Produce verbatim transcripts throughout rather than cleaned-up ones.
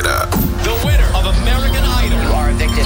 quinta-feira. The winner of American Idol. You are addicted.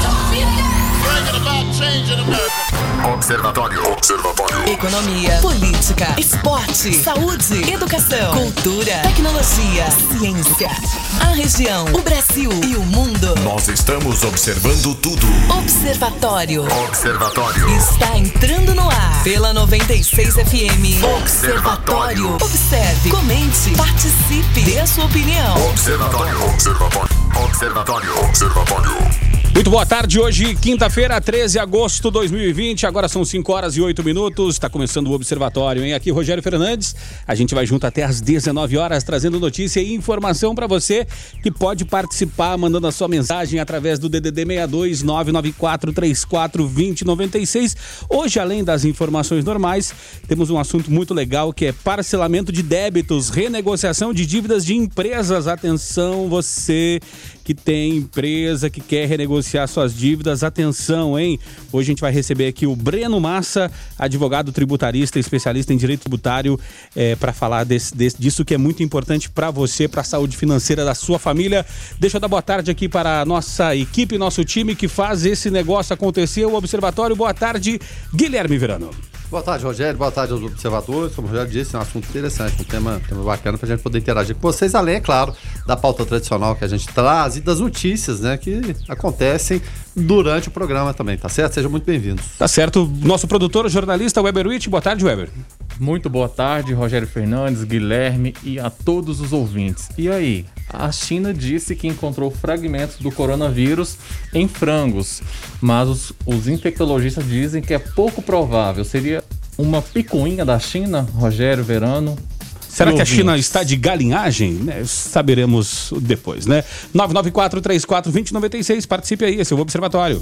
Observatório. Observatório. Economia, política, esporte, saúde, educação, cultura, tecnologia, ciência. A região, o Brasil e o mundo. Nós estamos observando tudo. Observatório. Observatório. Está entrando no ar pela noventa e seis F M. Observatório. Observe, comente, participe, dê a sua opinião. Observatório. Observatório. Observatório. Observatório. Muito boa tarde, hoje quinta-feira, treze de agosto de dois mil e vinte, agora são cinco horas e oito minutos, está começando o Observatório, hein? Aqui Rogério Fernandes, a gente vai junto até às dezenove horas, trazendo notícia e informação para você que pode participar, mandando a sua mensagem através do D D D seis dois nove nove quatro três quatro dois zero nove seis. Hoje, além das informações normais, temos um assunto muito legal que é parcelamento de débitos, renegociação de dívidas de empresas. Atenção, você que tem empresa, que quer renegociar suas dívidas, atenção, hein? Hoje a gente vai receber aqui o Breno Massa, advogado tributarista, especialista em direito tributário, é, para falar desse, desse, disso que é muito importante para você, para a saúde financeira da sua família. Deixa eu dar boa tarde aqui para a nossa equipe, nosso time que faz esse negócio acontecer, o Observatório. Boa tarde, Guilherme Verano. Boa tarde, Rogério. Boa tarde aos observadores. Como o Rogério disse, é um assunto interessante, um tema, tema bacana para a gente poder interagir com vocês, além, é claro, da pauta tradicional que a gente traz e das notícias, né, que acontecem durante o programa também, tá certo? Sejam muito bem-vindos. Tá certo. Nosso produtor, o jornalista Weber Witt. Boa tarde, Weber. Muito boa tarde, Rogério Fernandes, Guilherme e a todos os ouvintes. E aí? A China disse que encontrou fragmentos do coronavírus em frangos, mas os, os infectologistas dizem que é pouco provável. Seria uma picuinha da China, Rogério Verano? Será que a China está de galinhagem? Né? Saberemos depois, né? nove nove quatro três quatro dois zero nove seis, participe aí, esse é o Observatório.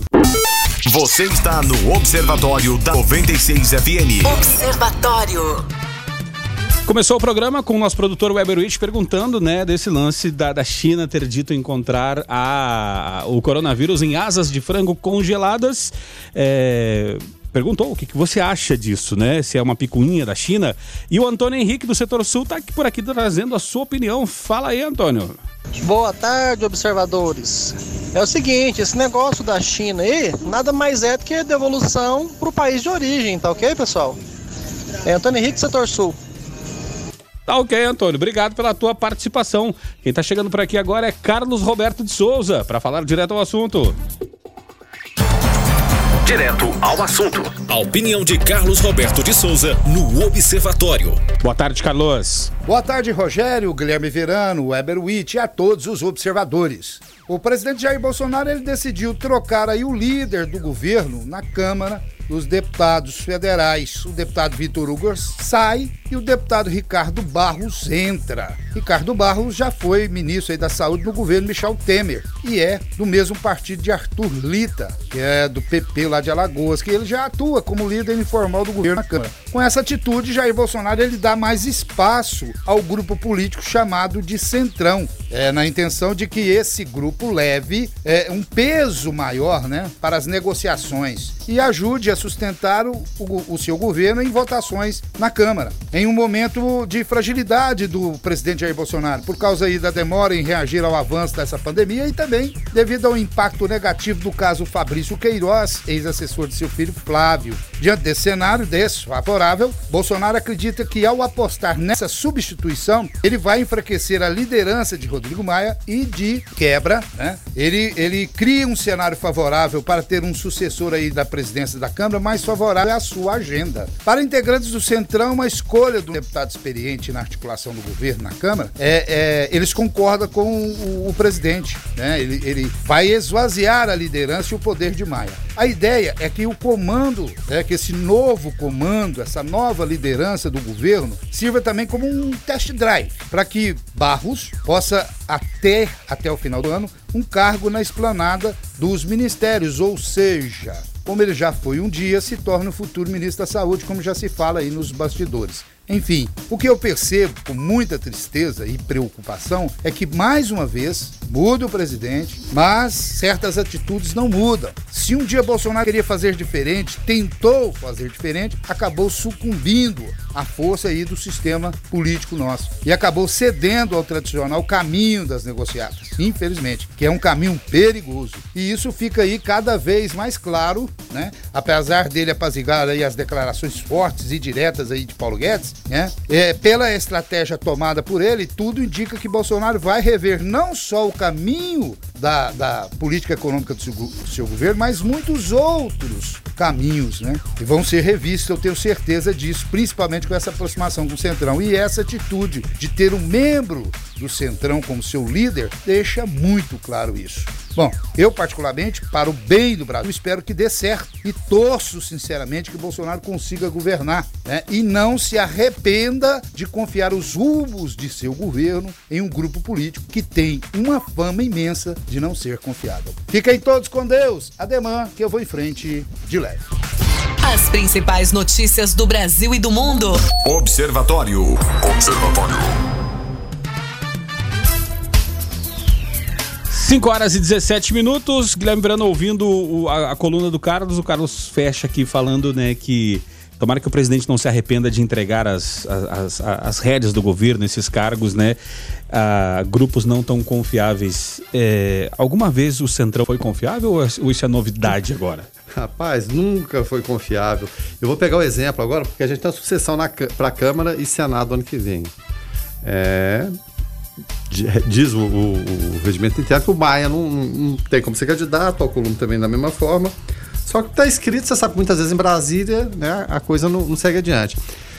Você está no Observatório da noventa e seis F M. Observatório. Começou o programa com o nosso produtor Weber Witt perguntando, né, desse lance da, da China ter dito encontrar a, o coronavírus em asas de frango congeladas. É... Perguntou o que, que você acha disso, né? Se é uma picuinha da China. E o Antônio Henrique do Setor Sul está aqui por aqui trazendo a sua opinião. Fala aí, Antônio. Boa tarde, observadores. É o seguinte, esse negócio da China aí, nada mais é do que devolução para o país de origem, tá ok, pessoal? É Antônio Henrique do Setor Sul. Tá ok, Antônio. Obrigado pela tua participação. Quem está chegando por aqui agora é Carlos Roberto de Souza, para falar direto ao assunto. Direto ao assunto. A opinião de Carlos Roberto de Souza no Observatório. Boa tarde, Carlos. Boa tarde, Rogério, Guilherme Verano, Weber Witt e a todos os observadores. O presidente Jair Bolsonaro ele decidiu trocar aí o líder do governo na Câmara dos Deputados Federais. O deputado Vitor Hugo sai e o deputado Ricardo Barros entra. Ricardo Barros já foi ministro aí da Saúde no governo Michel Temer e é do mesmo partido de Arthur Lita, que é do P P lá de Alagoas, que ele já atua como líder informal do governo na Câmara. Com essa atitude, Jair Bolsonaro ele dá mais espaço ao grupo político chamado de Centrão, é, na intenção de que esse grupo leve é, um peso maior, né, para as negociações e ajude a sustentar o, o, o seu governo em votações na Câmara. Em um momento de fragilidade do presidente Jair Bolsonaro, por causa aí da demora em reagir ao avanço dessa pandemia e também devido ao impacto negativo do caso Fabrício Queiroz, ex-assessor de seu filho Flávio. Diante desse cenário desfavorável, Bolsonaro acredita que ao apostar nessa substituição, ele vai enfraquecer a liderança de Rodrigo Maia e de quebra, né? Ele, ele cria um cenário favorável para ter um sucessor aí da presidência da Câmara mais favorável à sua agenda. Para integrantes do Centrão, uma escolha do deputado experiente na articulação do governo na Câmara, é, é, eles concordam com o, o presidente, né? Ele, ele vai esvaziar a liderança e o poder de Maia. A ideia é que o comando, é, que esse novo comando, essa nova liderança do governo, sirva também como um test drive, para que Barros possa até, até o final do ano, um cargo na esplanada dos ministérios, ou seja, como ele já foi um dia, se torna o futuro ministro da Saúde, como já se fala aí nos bastidores. Enfim, o que eu percebo com muita tristeza e preocupação é que, mais uma vez, muda o presidente, mas certas atitudes não mudam. Se um dia Bolsonaro queria fazer diferente, tentou fazer diferente, acabou sucumbindo à força aí do sistema político nosso e acabou cedendo ao tradicional caminho das negociatas, infelizmente, que é um caminho perigoso. E isso fica aí cada vez mais claro, né? Apesar dele apazigar aí as declarações fortes e diretas aí de Paulo Guedes, né? É, pela estratégia tomada por ele, tudo indica que Bolsonaro vai rever não só o caminho da, da política econômica do seu, do seu governo, mas muitos outros caminhos, né? E vão ser revistos, eu tenho certeza disso, principalmente com essa aproximação com o Centrão. E essa atitude de ter um membro do Centrão como seu líder deixa muito claro isso. Bom, eu particularmente, para o bem do Brasil, espero que dê certo e torço sinceramente que Bolsonaro consiga governar, né? E não se arrependa de confiar os rumos de seu governo em um grupo político que tem uma fama imensa de não ser confiável. Fiquem todos com Deus, ademã que eu vou em frente de leve. As principais notícias do Brasil e do mundo. Observatório. Observatório. cinco horas e dezessete minutos, Guilherme Verano ouvindo o, a, a coluna do Carlos, o Carlos fecha aqui falando, né, que tomara que o presidente não se arrependa de entregar as, as, as, as rédeas do governo, esses cargos, né, a grupos não tão confiáveis. É, alguma vez o Centrão foi confiável ou isso é novidade agora? Rapaz, nunca foi confiável. Eu vou pegar o exemplo agora, porque a gente tem a sucessão para a Câmara e Senado ano que vem. É... Diz o, o, o regimento interno que o Maia não, não tem como ser candidato, o Alcolumbre também da mesma forma. Só que está escrito, você sabe que muitas vezes em Brasília, né, a coisa não, não segue adiante.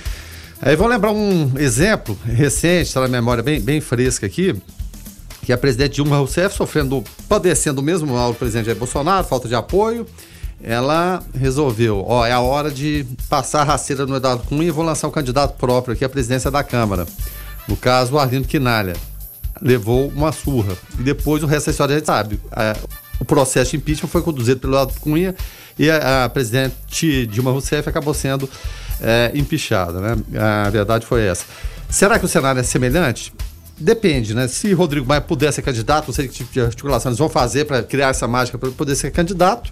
Aí vou lembrar um exemplo recente, está na memória bem, bem fresca aqui, que a presidente Dilma Rousseff, sofrendo, padecendo o mesmo mal do presidente Jair Bolsonaro, falta de apoio, ela resolveu, ó, é a hora de passar a rasteira no Eduardo Cunha e vou lançar um candidato próprio aqui à presidência da Câmara. No caso, o Arlindo Quinalha levou uma surra. E depois o resto da história a gente sabe. A, o processo de impeachment foi conduzido pelo Eduardo Cunha e a, a presidente Dilma Rousseff acabou sendo é, empichada, né? A verdade foi essa. Será que o cenário é semelhante? Depende, né? Se Rodrigo Maia puder ser candidato, não sei que tipo de articulação eles vão fazer para criar essa mágica para poder ser candidato.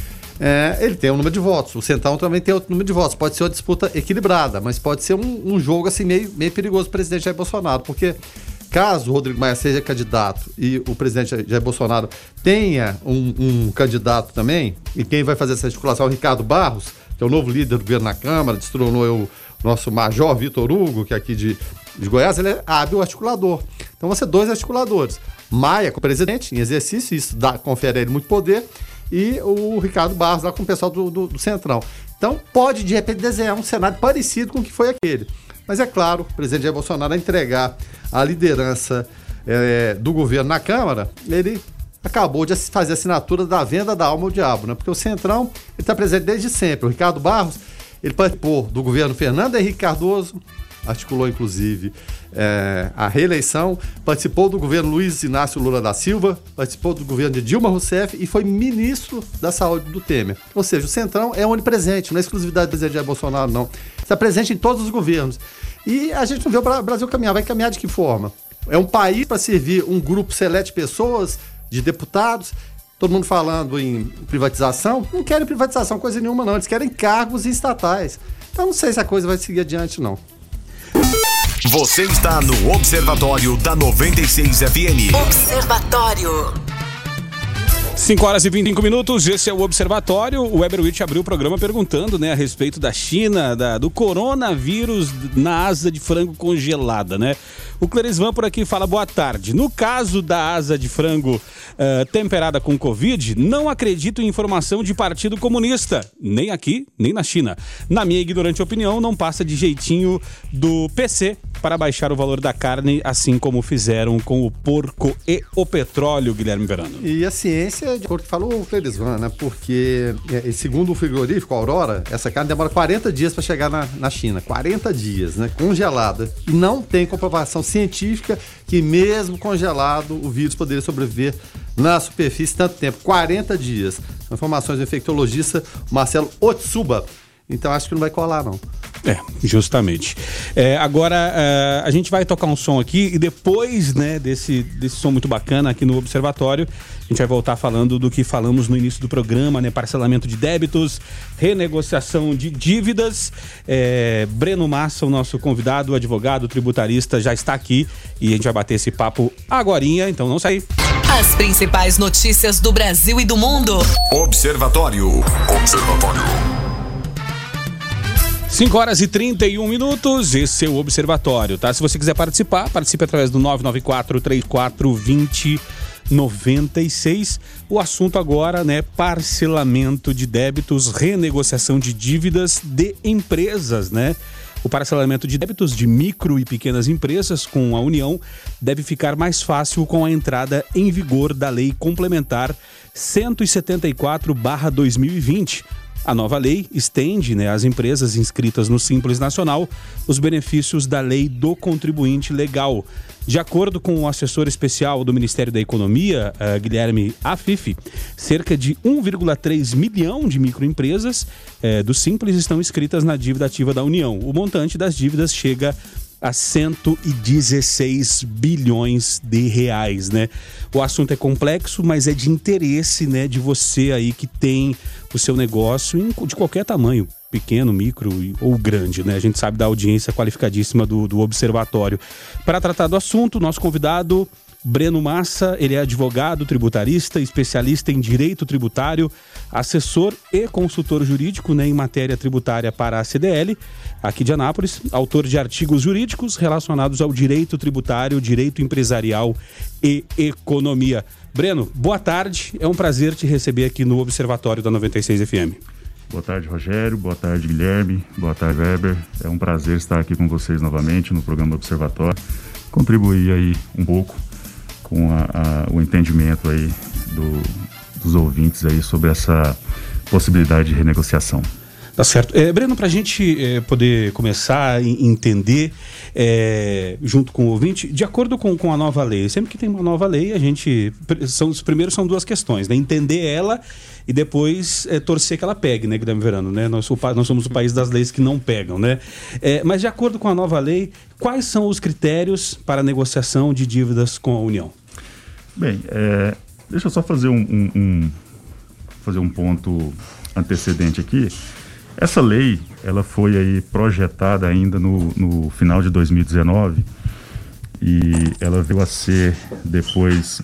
É, ele tem um número de votos, o Centrão também tem outro número de votos, pode ser uma disputa equilibrada, mas pode ser um, um jogo assim meio, meio perigoso para o presidente Jair Bolsonaro, porque caso o Rodrigo Maia seja candidato e o presidente Jair Bolsonaro tenha um, um candidato também, e quem vai fazer essa articulação é o Ricardo Barros, que é o novo líder do governo na Câmara, destronou o nosso major Vitor Hugo, que é aqui de, de Goiás, ele é hábil articulador. Então vão ser dois articuladores, Maia com o presidente em exercício, isso dá, confere a ele muito poder, e o Ricardo Barros lá com o pessoal do, do, do Centrão. Então pode de repente desenhar um cenário parecido com o que foi aquele. Mas é claro, o presidente Jair Bolsonaro a entregar a liderança é, do governo na Câmara, ele acabou de fazer a assinatura da venda da alma ao diabo, né? Porque o Centrão, ele está presente desde sempre. O Ricardo Barros, ele participou do governo Fernando Henrique Cardoso, articulou inclusive é, a reeleição, participou do governo Luiz Inácio Lula da Silva, participou do governo de Dilma Rousseff e foi ministro da Saúde do Temer. Ou seja, o Centrão é onipresente, não é exclusividade do presidente Jair Bolsonaro, não. Está presente em todos os governos. E a gente não vê o Brasil caminhar. Vai caminhar de que forma? É um país para servir um grupo seleto de pessoas, de deputados, todo mundo falando em privatização. Não querem privatização, coisa nenhuma não. Eles querem cargos estatais. Então não sei se a coisa vai seguir adiante, não. Você está no Observatório da noventa e seis F M. Observatório. cinco horas e vinte e cinco minutos, esse é o Observatório. O Weber Witt abriu o programa perguntando, né, a respeito da China, da, do coronavírus na asa de frango congelada, né? O Clerisvan por aqui fala, boa tarde. No caso da asa de frango uh, temperada com Covid, não acredito em informação de Partido Comunista, nem aqui, nem na China. Na minha ignorante opinião, não passa de jeitinho do P C para baixar o valor da carne, assim como fizeram com o porco e o petróleo, Guilherme Verano. E a ciência, de acordo com falou o Clerisvan, né? Porque, segundo o frigorífico Aurora, essa carne demora quarenta dias para chegar na, na China. quarenta dias, né? Congelada. E não tem comprovação científica que mesmo congelado o vírus poderia sobreviver na superfície tanto tempo. quarenta dias. Informações do infectologista Marcelo Otsuba. Então acho que não vai colar, não. É, justamente. É, agora, uh, a gente vai tocar um som aqui e depois, né, desse, desse som muito bacana aqui no Observatório, a gente vai voltar falando do que falamos no início do programa, né? Parcelamento de débitos, renegociação de dívidas. É, Breno Massa, o nosso convidado, advogado, tributarista, já está aqui e a gente vai bater esse papo agorinha, então não sair. As principais notícias do Brasil e do mundo. Observatório. Observatório. cinco horas e trinta e um minutos, esse é o Observatório, tá? Se você quiser participar, participe através do nove nove quatro, três quatro dois zero, nove seis. O assunto agora, né, parcelamento de débitos, renegociação de dívidas de empresas, né? O parcelamento de débitos de micro e pequenas empresas com a União deve ficar mais fácil com a entrada em vigor da Lei Complementar cento e setenta e quatro barra dois mil e vinte. A nova lei estende, né, às empresas inscritas no Simples Nacional os benefícios da Lei do Contribuinte Legal. De acordo com o assessor especial do Ministério da Economia, uh, Guilherme Afif, cerca de um vírgula três milhão de microempresas uh, do Simples estão inscritas na dívida ativa da União. O montante das dívidas chega a cento e dezesseis bilhões de reais, né? O assunto é complexo, mas é de interesse, né, de você aí que tem o seu negócio em, de qualquer tamanho, pequeno, micro ou grande, né? A gente sabe da audiência qualificadíssima do, do Observatório. Para tratar do assunto, nosso convidado, Breno Massa, ele é advogado, tributarista, especialista em direito tributário, assessor e consultor jurídico, né, em matéria tributária para a C D L, aqui de Anápolis, autor de artigos jurídicos relacionados ao direito tributário, direito empresarial e economia. Breno, boa tarde, é um prazer te receber aqui no Observatório da noventa e seis F M. Boa tarde, Rogério, boa tarde, Guilherme, boa tarde, Weber. É um prazer estar aqui com vocês novamente no programa Observatório, contribuir aí um pouco com a, a, o entendimento aí do, dos ouvintes aí sobre essa possibilidade de renegociação. Tá certo. É, Breno, para a gente é, poder começar a entender, é, junto com o ouvinte, de acordo com, com a nova lei, sempre que tem uma nova lei, a gente, são, primeiro são duas questões, né? Entender ela e depois é, torcer que ela pegue, né, Guilherme Verano, né? Nós, nós somos o país das leis que não pegam, né? É, mas de acordo com a nova lei, quais são os critérios para a negociação de dívidas com a União? Bem, é, deixa eu só fazer um, um, um, fazer um ponto antecedente aqui. Essa lei, ela foi aí projetada ainda no, no final de dois mil e dezenove e ela veio a ser depois,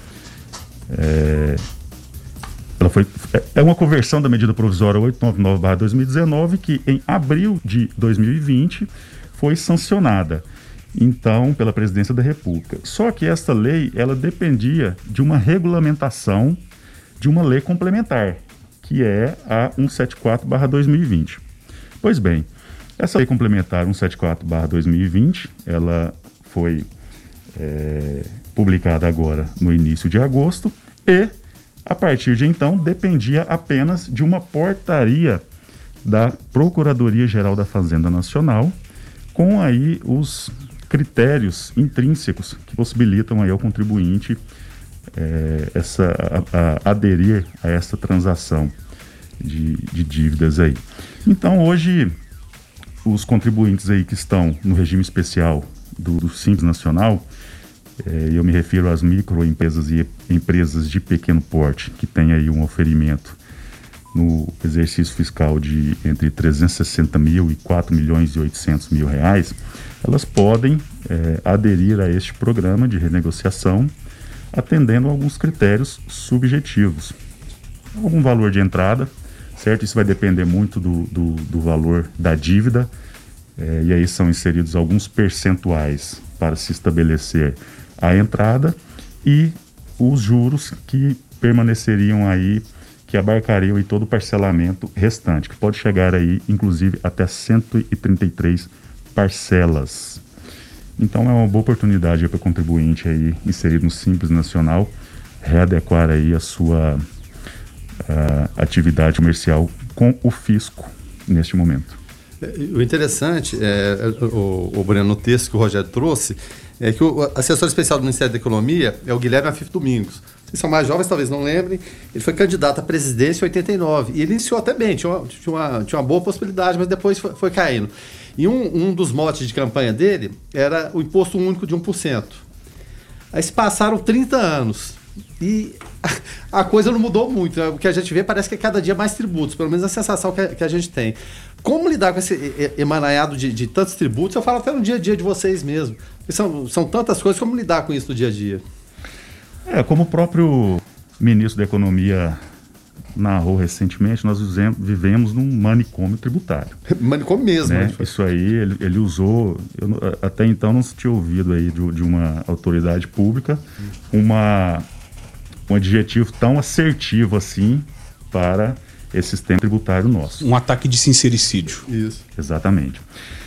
é, ela foi, é uma conversão da medida provisória oitocentos e noventa e nove barra dois mil e dezenove que em abril de dois mil e vinte foi sancionada, então, pela Presidência da República. Só que essa lei, ela dependia de uma regulamentação de uma lei complementar, que é a cento e setenta e quatro barra dois mil e vinte. Pois bem, essa lei complementar cento e setenta e quatro barra dois mil e vinte, ela foi é, publicada agora no início de agosto e, a partir de então, dependia apenas de uma portaria da Procuradoria-Geral da Fazenda Nacional, com aí os critérios intrínsecos que possibilitam aí ao contribuinte É, essa, a, a, aderir a essa transação de, de dívidas aí. Então, hoje, os contribuintes aí que estão no regime especial do, do Simples Nacional, é, eu me refiro às microempresas e empresas de pequeno porte, que têm aí um oferimento no exercício fiscal de entre trezentos e sessenta mil e quatro milhões e oitocentos mil reais, elas podem é, aderir a este programa de renegociação, atendendo a alguns critérios subjetivos. Algum valor de entrada, certo? Isso vai depender muito do, do, do valor da dívida, é, e aí são inseridos alguns percentuais para se estabelecer a entrada e os juros que permaneceriam aí, que abarcariam aí todo o parcelamento restante, que pode chegar aí, inclusive, até cento e trinta e três parcelas. Então é uma boa oportunidade para o contribuinte aí inserido no Simples Nacional readequar aí a sua a, atividade comercial com o fisco neste momento. O interessante, é, o, o Breno, no texto que o Rogério trouxe, é que o assessor especial do Ministério da Economia é o Guilherme Afif Domingos. Vocês são mais jovens, talvez não lembrem. Ele foi candidato à presidência em oitenta e nove. E ele iniciou até bem, tinha uma, tinha uma, tinha uma boa possibilidade, mas depois foi, foi caindo. E um, um dos motes de campanha dele era o imposto único de um por cento. Aí se passaram trinta anos e a, a coisa não mudou muito. Né? O que a gente vê parece que é cada dia mais tributos, pelo menos a sensação que a, que a gente tem. Como lidar com esse emaranhado de, de tantos tributos? Eu falo até no dia a dia de vocês mesmo. São, são tantas coisas, como lidar com isso no dia a dia? É, como o próprio ministro da Economia narrou recentemente, nós vivemos num manicômio tributário. Manicômio mesmo. Né? Né? Isso aí, ele, ele usou, eu, até então não se tinha ouvido aí de, de uma autoridade pública uma, um adjetivo tão assertivo assim para esse sistema tributário nosso. Um ataque de sincericídio. Isso. Exatamente.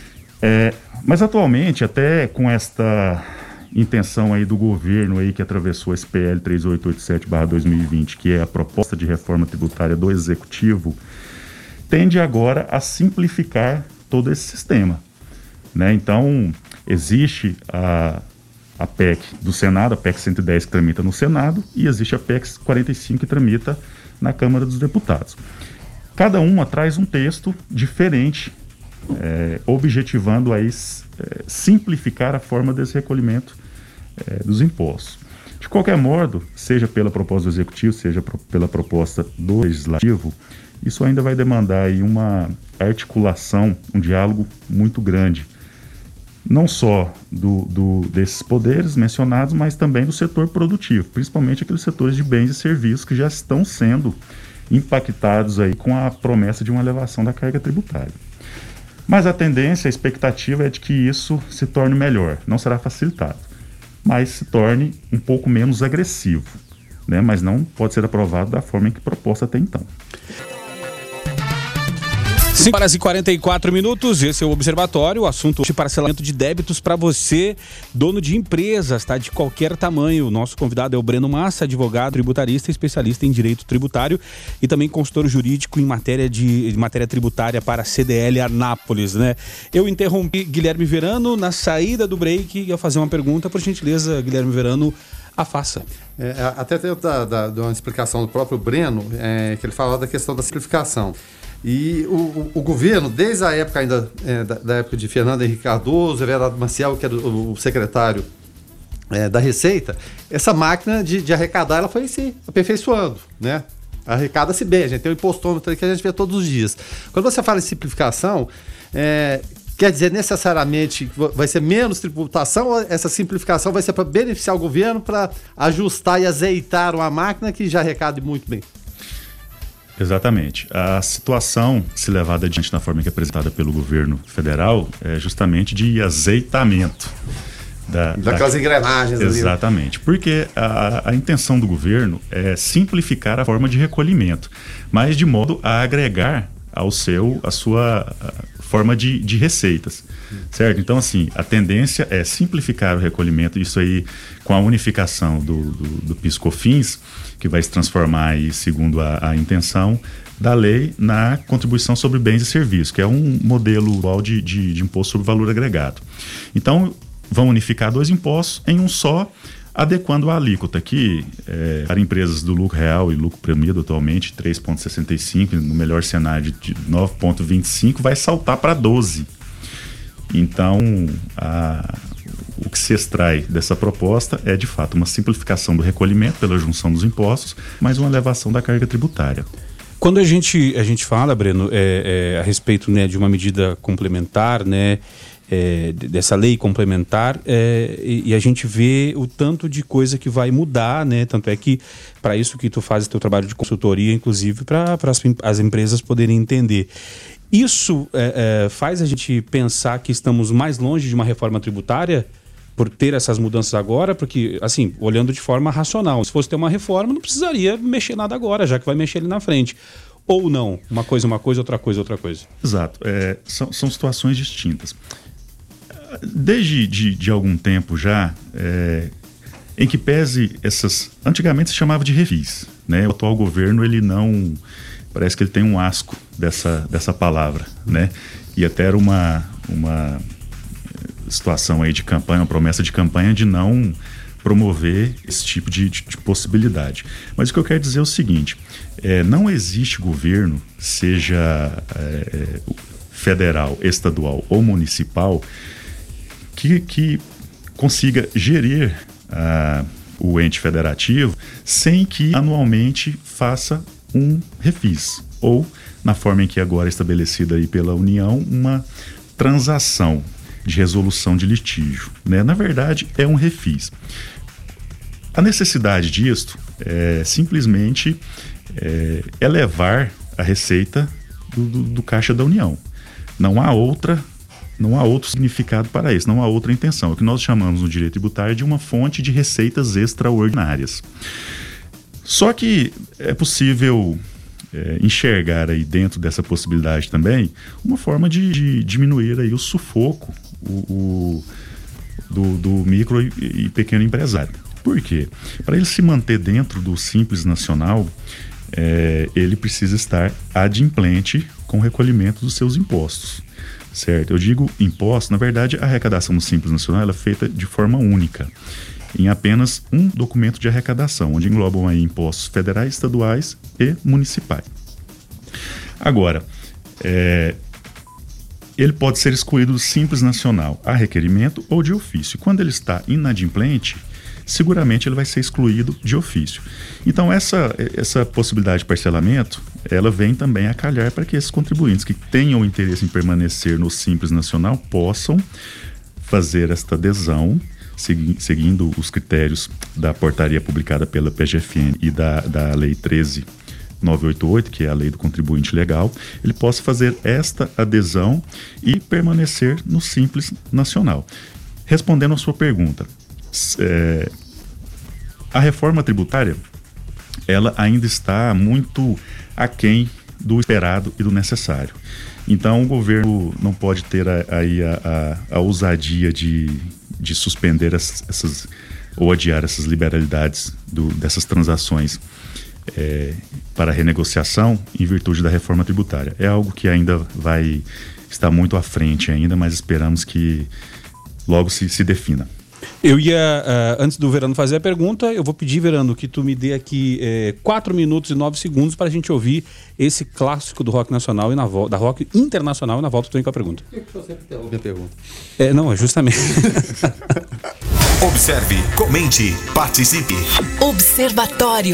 É, mas atualmente, até com esta intenção aí do governo aí que atravessou esse P L três mil oitocentos e oitenta e sete barra dois mil e vinte, que é a proposta de reforma tributária do Executivo, tende agora a simplificar todo esse sistema. Né? Então, existe a, a P E C do Senado, a P E C cento e dez que tramita no Senado, e existe a P E C quarenta e cinco que tramita na Câmara dos Deputados. Cada uma traz um texto diferente, é, objetivando aí é, simplificar a forma desse recolhimento é, dos impostos. De qualquer modo, seja pela proposta do Executivo, seja pro, pela proposta do Legislativo, isso ainda vai demandar aí uma articulação, um diálogo muito grande, não só do, do, desses poderes mencionados, mas também do setor produtivo, principalmente aqueles setores de bens e serviços que já estão sendo impactados aí com a promessa de uma elevação da carga tributária. Mas a tendência, a expectativa é de que isso se torne melhor. Não será facilitado, mas se torne um pouco menos agressivo, né? Mas não pode ser aprovado da forma em que proposta até então. cinco horas e quarenta e quatro minutos, esse é o Observatório, o assunto de parcelamento de débitos para você, dono de empresas, tá? De qualquer tamanho. O nosso convidado é o Breno Massa, advogado, tributarista, especialista em direito tributário e também consultor jurídico em matéria de, de matéria tributária para a C D L Anápolis, né? Eu interrompi Guilherme Verano na saída do break e ia fazer uma pergunta, por gentileza, Guilherme Verano, a faça. É, até tem da, da, da uma explicação do próprio Breno, é, que ele falava da questão da simplificação. E o, o, o governo, desde a época ainda, é, da, da época de Fernando Henrique Cardoso, Everardo Maciel, que era o, o secretário é, da Receita, essa máquina de, de arrecadar, ela foi se aperfeiçoando, né? Arrecada-se bem, a gente tem o impostômetro que a gente vê todos os dias. Quando você fala em simplificação, é, quer dizer necessariamente que vai ser menos tributação ou essa simplificação vai ser para beneficiar o governo, para ajustar e azeitar uma máquina que já arrecade muito bem? Exatamente. A situação, se levada adiante na forma que é apresentada pelo governo federal, é justamente de azeitamento. Da, Daquelas da... engrenagens. Exatamente. Ali. Porque a, a intenção do governo é simplificar a forma de recolhimento, mas de modo a agregar ao seu, a sua a forma de, de receitas. Certo? Então, assim, a tendência é simplificar o recolhimento, isso aí com a unificação do, do, do PIS/COFINS, que vai se transformar aí, segundo a, a intenção da lei, na contribuição sobre bens e serviços, que é um modelo igual de, de, de imposto sobre valor agregado. Então, vão unificar dois impostos em um só, adequando a alíquota, que é, para empresas do lucro real e lucro premiado atualmente, três vírgula sessenta e cinco, no melhor cenário de nove vírgula vinte e cinco, vai saltar para doze. Então, a, o que se extrai dessa proposta é, de fato, uma simplificação do recolhimento pela junção dos impostos, mas uma elevação da carga tributária. Quando a gente, a gente fala, Breno, é, é, a respeito, né, de uma medida complementar, né, é, dessa lei complementar, é, e, e a gente vê o tanto de coisa que vai mudar, né, tanto é que para isso que tu fazes teu trabalho de consultoria, inclusive para as, as empresas poderem entender. Isso é, é, faz a gente pensar que estamos mais longe de uma reforma tributária por ter essas mudanças agora, porque, assim, olhando de forma racional, se fosse ter uma reforma, não precisaria mexer nada agora, já que vai mexer ali na frente. Ou não? Uma coisa, uma coisa, outra coisa, outra coisa. Exato. É, são, são situações distintas. Desde de, de algum tempo já, é, em que pese essas... Antigamente se chamava de refis, né? O atual governo, ele não... Parece que ele tem um asco dessa, dessa palavra, né? E até era uma, uma situação aí de campanha, uma promessa de campanha de não promover esse tipo de, de, de possibilidade. Mas o que eu quero dizer é o seguinte, é, não existe governo, seja é, federal, estadual ou municipal, que, que consiga gerir ah, o ente federativo sem que anualmente faça um refis, ou, na forma em que agora é estabelecida aí pela União, uma transação de resolução de litígio, né? Na verdade, é um refis. A necessidade disto é simplesmente é, elevar a receita do, do, do Caixa da União. Não há outra, não há outro significado para isso, não há outra intenção. É o que nós chamamos no direito tributário de uma fonte de receitas extraordinárias. Só que é possível é, enxergar aí dentro dessa possibilidade também uma forma de, de diminuir aí o sufoco o, o, do, do micro e, e pequeno empresário. Por quê? Para ele se manter dentro do Simples Nacional, é, ele precisa estar adimplente com o recolhimento dos seus impostos, certo? Eu digo imposto, na verdade a arrecadação do Simples Nacional ela é feita de forma única, em apenas um documento de arrecadação, onde englobam aí impostos federais, estaduais e municipais. Agora, é, ele pode ser excluído do Simples Nacional a requerimento ou de ofício. Quando ele está inadimplente, seguramente ele vai ser excluído de ofício. Então essa, essa possibilidade de parcelamento, ela vem também a calhar para que esses contribuintes que tenham interesse em permanecer no Simples Nacional possam fazer esta adesão, segui, seguindo os critérios da portaria publicada pela P G F N e da, da Lei treze mil novecentos e oitenta e oito, que é a Lei do Contribuinte Legal, ele possa fazer esta adesão e permanecer no Simples Nacional. Respondendo a sua pergunta, É, a reforma tributária ela ainda está muito aquém do esperado e do necessário. Então o governo não pode ter a, aí a, a, a ousadia de, de suspender as, essas ou adiar essas liberalidades do, dessas transações é, para renegociação em virtude da reforma tributária. É algo que ainda vai estar muito à frente ainda, mas esperamos que logo se, se defina. Eu ia, uh, antes do Verano fazer a pergunta, eu vou pedir, Verano, que tu me dê aqui eh, quatro minutos e nove segundos para a gente ouvir esse clássico do rock nacional e na vo- da rock internacional, e na volta tu vem com a pergunta. Por que você interrompe a pergunta? É, não, é justamente. Observe, comente, participe. Observatório.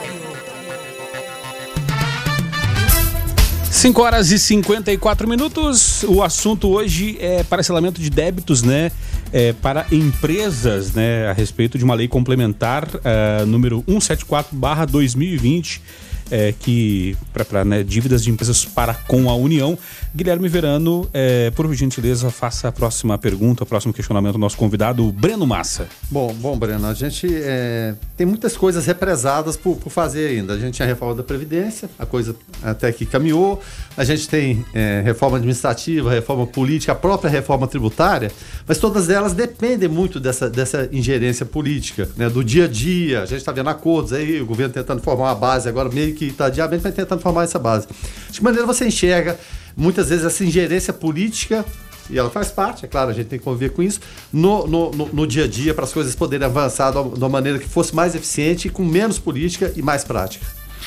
cinco horas e cinquenta e quatro minutos. O assunto hoje é parcelamento de débitos, né? É, para empresas, né? A respeito de uma lei complementar, uh, número cento e setenta e quatro barra dois mil e vinte, é, que para né, dívidas de empresas para com a União. Guilherme Verano, é, por gentileza, faça a próxima pergunta, o próximo questionamento do nosso convidado, Breno Massa. Bom, bom, Breno, a gente é, tem muitas coisas represadas por, por fazer ainda. A gente tinha a reforma da Previdência, a coisa até que caminhou. A gente tem é, reforma administrativa, reforma política, a própria reforma tributária, mas todas elas dependem muito dessa, dessa ingerência política, né, do dia a dia. A gente está vendo acordos aí, o governo tentando formar uma base, agora meio que está diariamente, mas tentando formar essa base. De que maneira você enxerga muitas vezes essa ingerência política, e ela faz parte, é claro, a gente tem que conviver com isso, no, no, no, no dia a dia, para as coisas poderem avançar de uma maneira que fosse mais eficiente, com menos política e mais prática?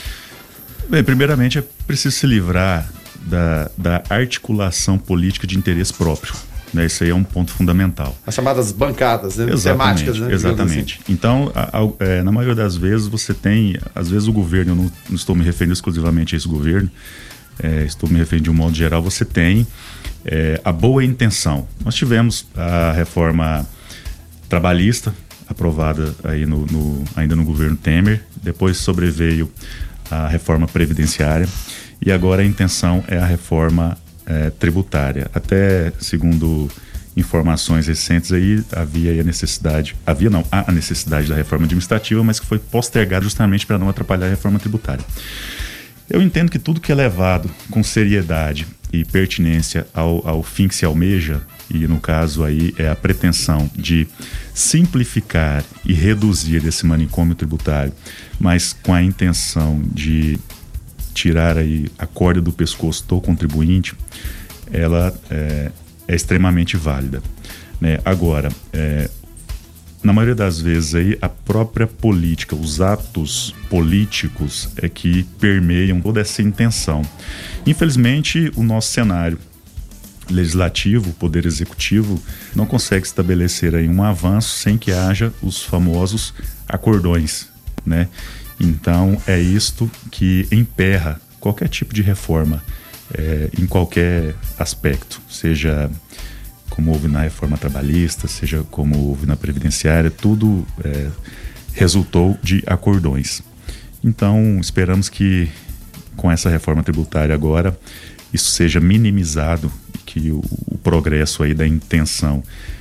Bem, primeiramente é preciso se livrar da, da articulação política de interesse próprio. Né? Isso aí é um ponto fundamental. As chamadas bancadas, né? Exatamente, temáticas, né? Exatamente. Assim. Então, a, a, é, na maioria das vezes você tem, às vezes o governo, eu não, não estou me referindo exclusivamente a esse governo, é, estou me referindo de um modo geral, você tem é, a boa intenção. Nós tivemos a reforma trabalhista aprovada aí no, no, ainda no governo Temer, depois sobreveio a reforma previdenciária e agora a intenção é a reforma é, tributária. Até segundo informações recentes aí, havia aí a necessidade, havia não, há a necessidade da reforma administrativa, mas que foi postergada justamente para não atrapalhar a reforma tributária. Eu entendo que tudo que é levado com seriedade e pertinência ao, ao fim que se almeja, e no caso aí é a pretensão de simplificar e reduzir esse manicômio tributário, mas com a intenção de tirar aí a corda do pescoço do contribuinte, ela é, é extremamente válida. né? Agora, é, na maioria das vezes aí, a própria política, os atos políticos é que permeiam toda essa intenção. Infelizmente, o nosso cenário legislativo, o poder executivo, não consegue estabelecer aí um avanço sem que haja os famosos acordões, né? Então, é isto que emperra qualquer tipo de reforma, é, em qualquer aspecto, seja como houve na reforma trabalhista, seja como houve na previdenciária, tudo é, resultou de acordões. Então, esperamos que com essa reforma tributária agora, isso seja minimizado e que o, o progresso aí da intenção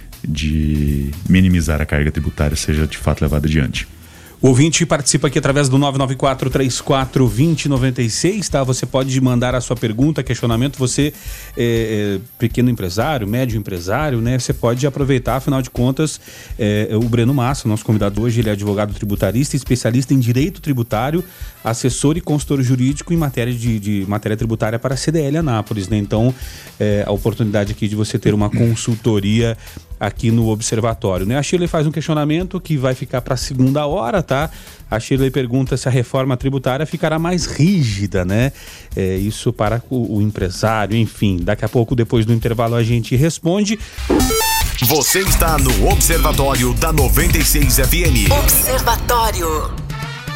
de minimizar a carga tributária seja de fato levado adiante. O ouvinte participa aqui através do nove nove quatro, três quatro, dois zero nove seis, tá? Você pode mandar a sua pergunta, questionamento. Você é, é pequeno empresário, médio empresário, né? Você pode aproveitar, afinal de contas, é, o Breno Massa, nosso convidado hoje, ele é advogado tributarista, especialista em direito tributário, assessor e consultor jurídico em matéria de, de matéria tributária para a C D L Anápolis, né? Então, é, a oportunidade aqui de você ter uma consultoria aqui no Observatório, né? A Shirley faz um questionamento que vai ficar para a segunda hora, tá? A Shirley pergunta se a reforma tributária ficará mais rígida, né? É, isso para o, o empresário, enfim. Daqui a pouco, depois do intervalo, a gente responde. Você está no Observatório da noventa e seis F M. Observatório.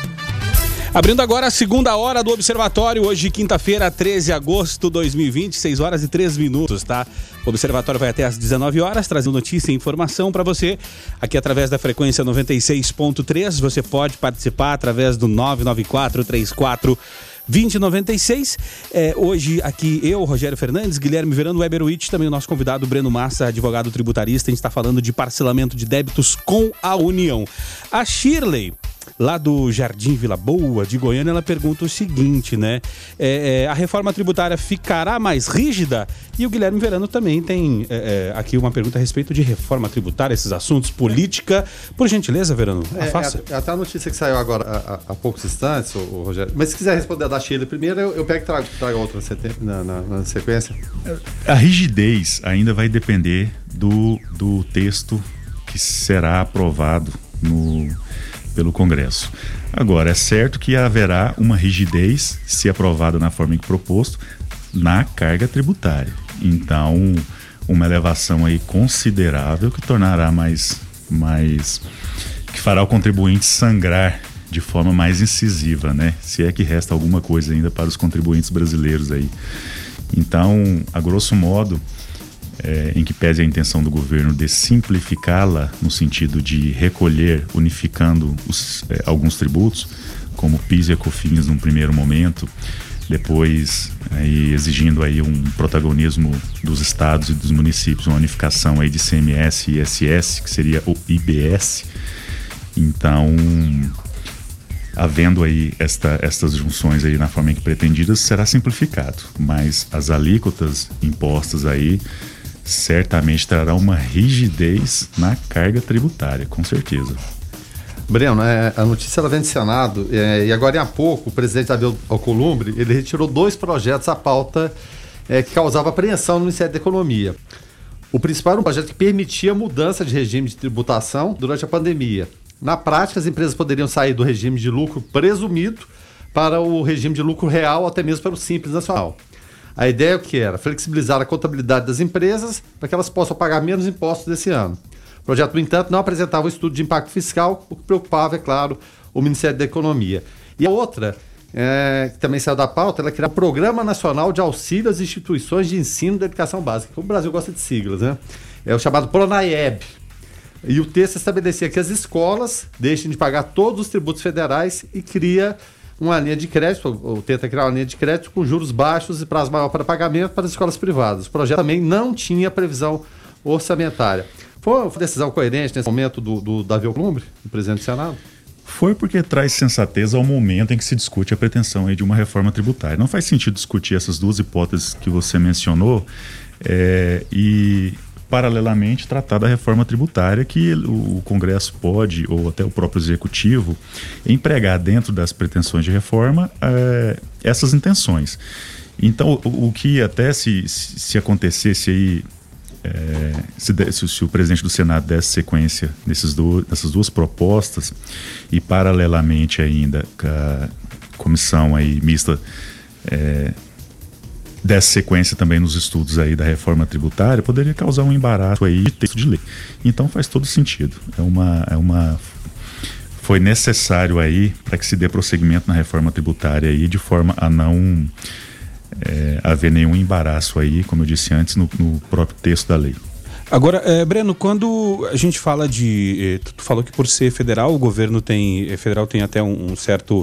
Abrindo agora a segunda hora do Observatório, hoje quinta-feira, treze de agosto de dois mil e vinte, seis horas e três minutos, tá? O Observatório vai até às dezenove horas, trazendo notícia e informação para você, aqui através da frequência noventa e seis ponto três. Você pode participar através do nove nove quatro, três quatro, dois zero nove seis. É, hoje aqui eu, Rogério Fernandes, Guilherme Verano, Weber Witt, também o nosso convidado Breno Massa, advogado tributarista. A gente está falando de parcelamento de débitos com a União. A Shirley, lá do Jardim Vila Boa, de Goiânia, ela pergunta o seguinte, né? É, é, a reforma tributária ficará mais rígida? E o Guilherme Verano também tem é, é, aqui uma pergunta a respeito de reforma tributária, esses assuntos, política. Por gentileza, Verano, é, faça. É, é até a notícia que saiu agora há, há poucos instantes, o, o Rogério. Mas se quiser responder a da Sheila primeiro, eu, eu pego e trago, trago outra na, na, na sequência. A rigidez ainda vai depender do, do texto que será aprovado no... pelo Congresso. Agora, é certo que haverá uma rigidez, se aprovada na forma que proposto, na carga tributária. Então, uma elevação aí considerável que tornará mais, mais que fará o contribuinte sangrar de forma mais incisiva, né? Se é que resta alguma coisa ainda para os contribuintes brasileiros aí. Então, a grosso modo, É, em que pese a intenção do governo de simplificá-la no sentido de recolher, unificando os, é, alguns tributos, como P I S e COFINS num primeiro momento, depois aí, exigindo aí um protagonismo dos estados e dos municípios, uma unificação aí de C M S e I S S, que seria o I B S. Então, havendo aí esta, estas junções aí na forma em que pretendidas, será simplificado, mas as alíquotas impostas aí certamente trará uma rigidez na carga tributária, com certeza. Breno, é, a notícia ela vem do Senado é, e agora há pouco o presidente Davi Alcolumbre, ele retirou dois projetos à pauta é, que causava apreensão no Ministério da Economia. O principal era um projeto que permitia a mudança de regime de tributação durante a pandemia. Na prática, as empresas poderiam sair do regime de lucro presumido para o regime de lucro real, ou até mesmo para o Simples Nacional. A ideia o que era? Flexibilizar a contabilidade das empresas para que elas possam pagar menos impostos desse ano. O projeto, no entanto, não apresentava um estudo de impacto fiscal, o que preocupava, é claro, o Ministério da Economia. E a outra, é, que também saiu da pauta, ela criar o Programa Nacional de Auxílio às Instituições de Ensino da Educação Básica. O Brasil gosta de siglas, né? É o chamado PRONAEB. E o texto estabelecia que as escolas deixem de pagar todos os tributos federais e cria uma linha de crédito, ou tenta criar uma linha de crédito com juros baixos e prazo maior para pagamento para as escolas privadas. O projeto também não tinha previsão orçamentária. Foi uma decisão coerente nesse momento do, do Davi Alcolumbre, do presidente do Senado? Foi porque traz sensatez ao momento em que se discute a pretensão aí de uma reforma tributária. Não faz sentido discutir essas duas hipóteses que você mencionou é, e... paralelamente tratar da reforma tributária que o Congresso pode, ou até o próprio Executivo, empregar dentro das pretensões de reforma é, essas intenções. Então, o, o que até se, se acontecesse aí é, se, de, se, se o presidente do Senado desse sequência nesses do, nessas duas propostas e paralelamente ainda a comissão aí mista é, desse sequência também nos estudos aí da reforma tributária, poderia causar um embaraço aí de texto de lei. Então faz todo sentido. É uma, é uma, foi necessário aí para que se dê prosseguimento na reforma tributária aí de forma a não é, haver nenhum embaraço aí, como eu disse antes, no, no próprio texto da lei. Agora, é, Breno, quando a gente fala de... Tu falou que por ser federal, o governo tem... Federal tem até um, um certo...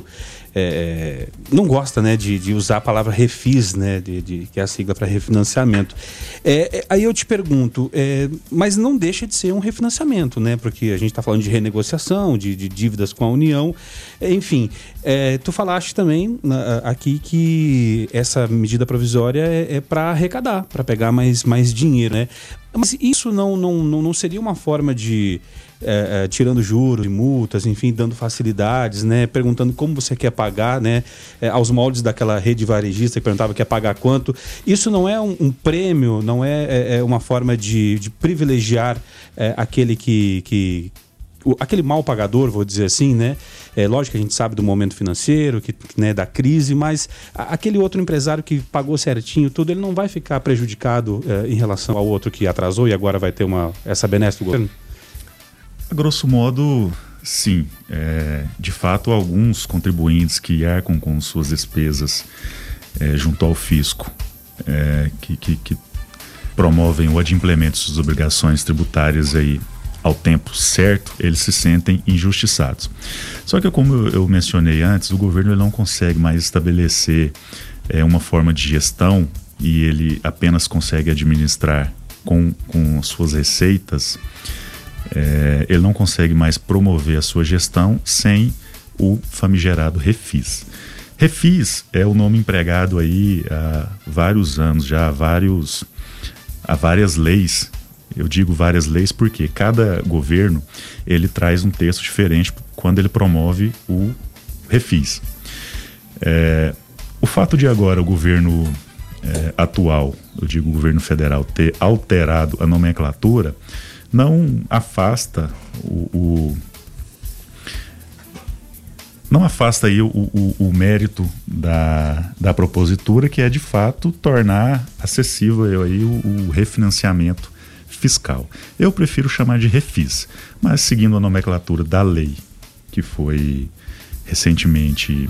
É, não gosta, né, de, de usar a palavra refis, né, de, de, que é a sigla para refinanciamento. É, é, aí eu te pergunto, é, mas não deixa de ser um refinanciamento, né, porque a gente está falando de renegociação, de, de dívidas com a União, é, enfim. É, tu falaste também na, aqui que essa medida provisória é, é para arrecadar, para pegar mais, mais dinheiro, né? Mas isso não, não, não, não seria uma forma de... É, é, tirando juros e multas, enfim, dando facilidades, né? Perguntando como você quer pagar, né? É, aos moldes daquela rede varejista que perguntava quer pagar quanto. Isso não é um, um prêmio, não é, é, é uma forma de, de privilegiar é, aquele que... que o, aquele mal pagador, vou dizer assim, né? É lógico que a gente sabe do momento financeiro, que, né, da crise, mas a, aquele outro empresário que pagou certinho tudo, ele não vai ficar prejudicado é, em relação ao outro que atrasou e agora vai ter uma, essa benesse do governo? A grosso modo, sim. É, de fato, alguns contribuintes que arcam com suas despesas é, junto ao fisco, é, que, que, que promovem o adimplemento de suas obrigações tributárias aí ao tempo certo, eles se sentem injustiçados. Só que, como eu, eu mencionei antes, o governo ele não consegue mais estabelecer é, uma forma de gestão e ele apenas consegue administrar com, com suas receitas. É, ele não consegue mais promover a sua gestão sem o famigerado refis. Refis é o nome empregado aí há vários anos, já há, vários, há várias leis. Eu digo várias leis porque cada governo ele traz um texto diferente quando ele promove o refis. É, o fato de agora o governo é, atual, eu digo o governo federal, ter alterado a nomenclatura não afasta o, o não afasta aí o, o, o mérito da, da propositura, que é de fato tornar acessível aí o, o refinanciamento fiscal. Eu prefiro chamar de refis, mas seguindo a nomenclatura da lei que foi recentemente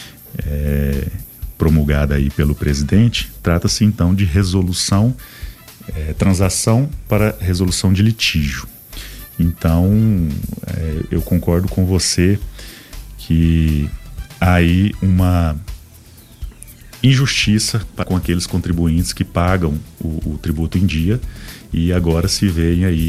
é, promulgada aí pelo presidente, trata-se então de resolução É, transação para resolução de litígio. Então, é, eu concordo com você que há aí uma injustiça com aqueles contribuintes que pagam o, o tributo em dia e agora se veem aí,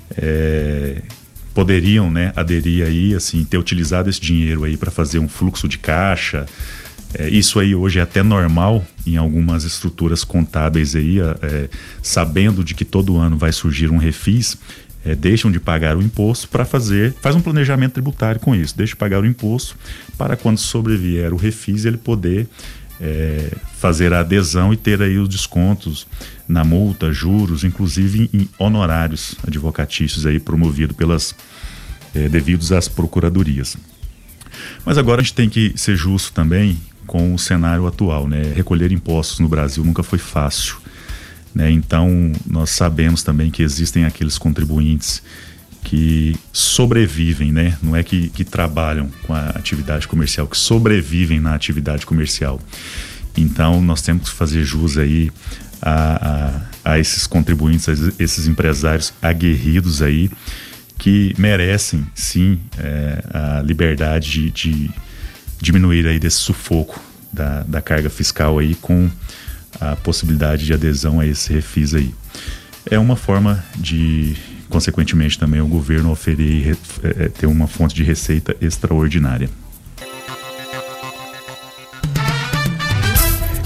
é, poderiam, né, aderir aí, assim, ter utilizado esse dinheiro aí para fazer um fluxo de caixa. É, isso aí hoje é até normal em algumas estruturas contábeis aí, é, sabendo de que todo ano vai surgir um refis, é, deixam de pagar o imposto para fazer, faz um planejamento tributário com isso, deixa de pagar o imposto para quando sobrevier o refis ele poder é, fazer a adesão e ter aí os descontos na multa, juros, inclusive em honorários advocatícios aí promovido pelas, é, devidos às procuradorias. Mas agora a gente tem que ser justo também com o cenário atual, né? Recolher impostos no Brasil nunca foi fácil, né? Então nós sabemos também que existem aqueles contribuintes que sobrevivem, né? Não é que, que trabalham com a atividade comercial, que sobrevivem na atividade comercial. Então nós temos que fazer jus aí a, a, a esses contribuintes, a esses empresários aguerridos aí, que merecem sim é, a liberdade de, de diminuir aí desse sufoco da, da carga fiscal aí com a possibilidade de adesão a esse refis aí. É uma forma de, consequentemente também, o governo oferecer, é, ter uma fonte de receita extraordinária.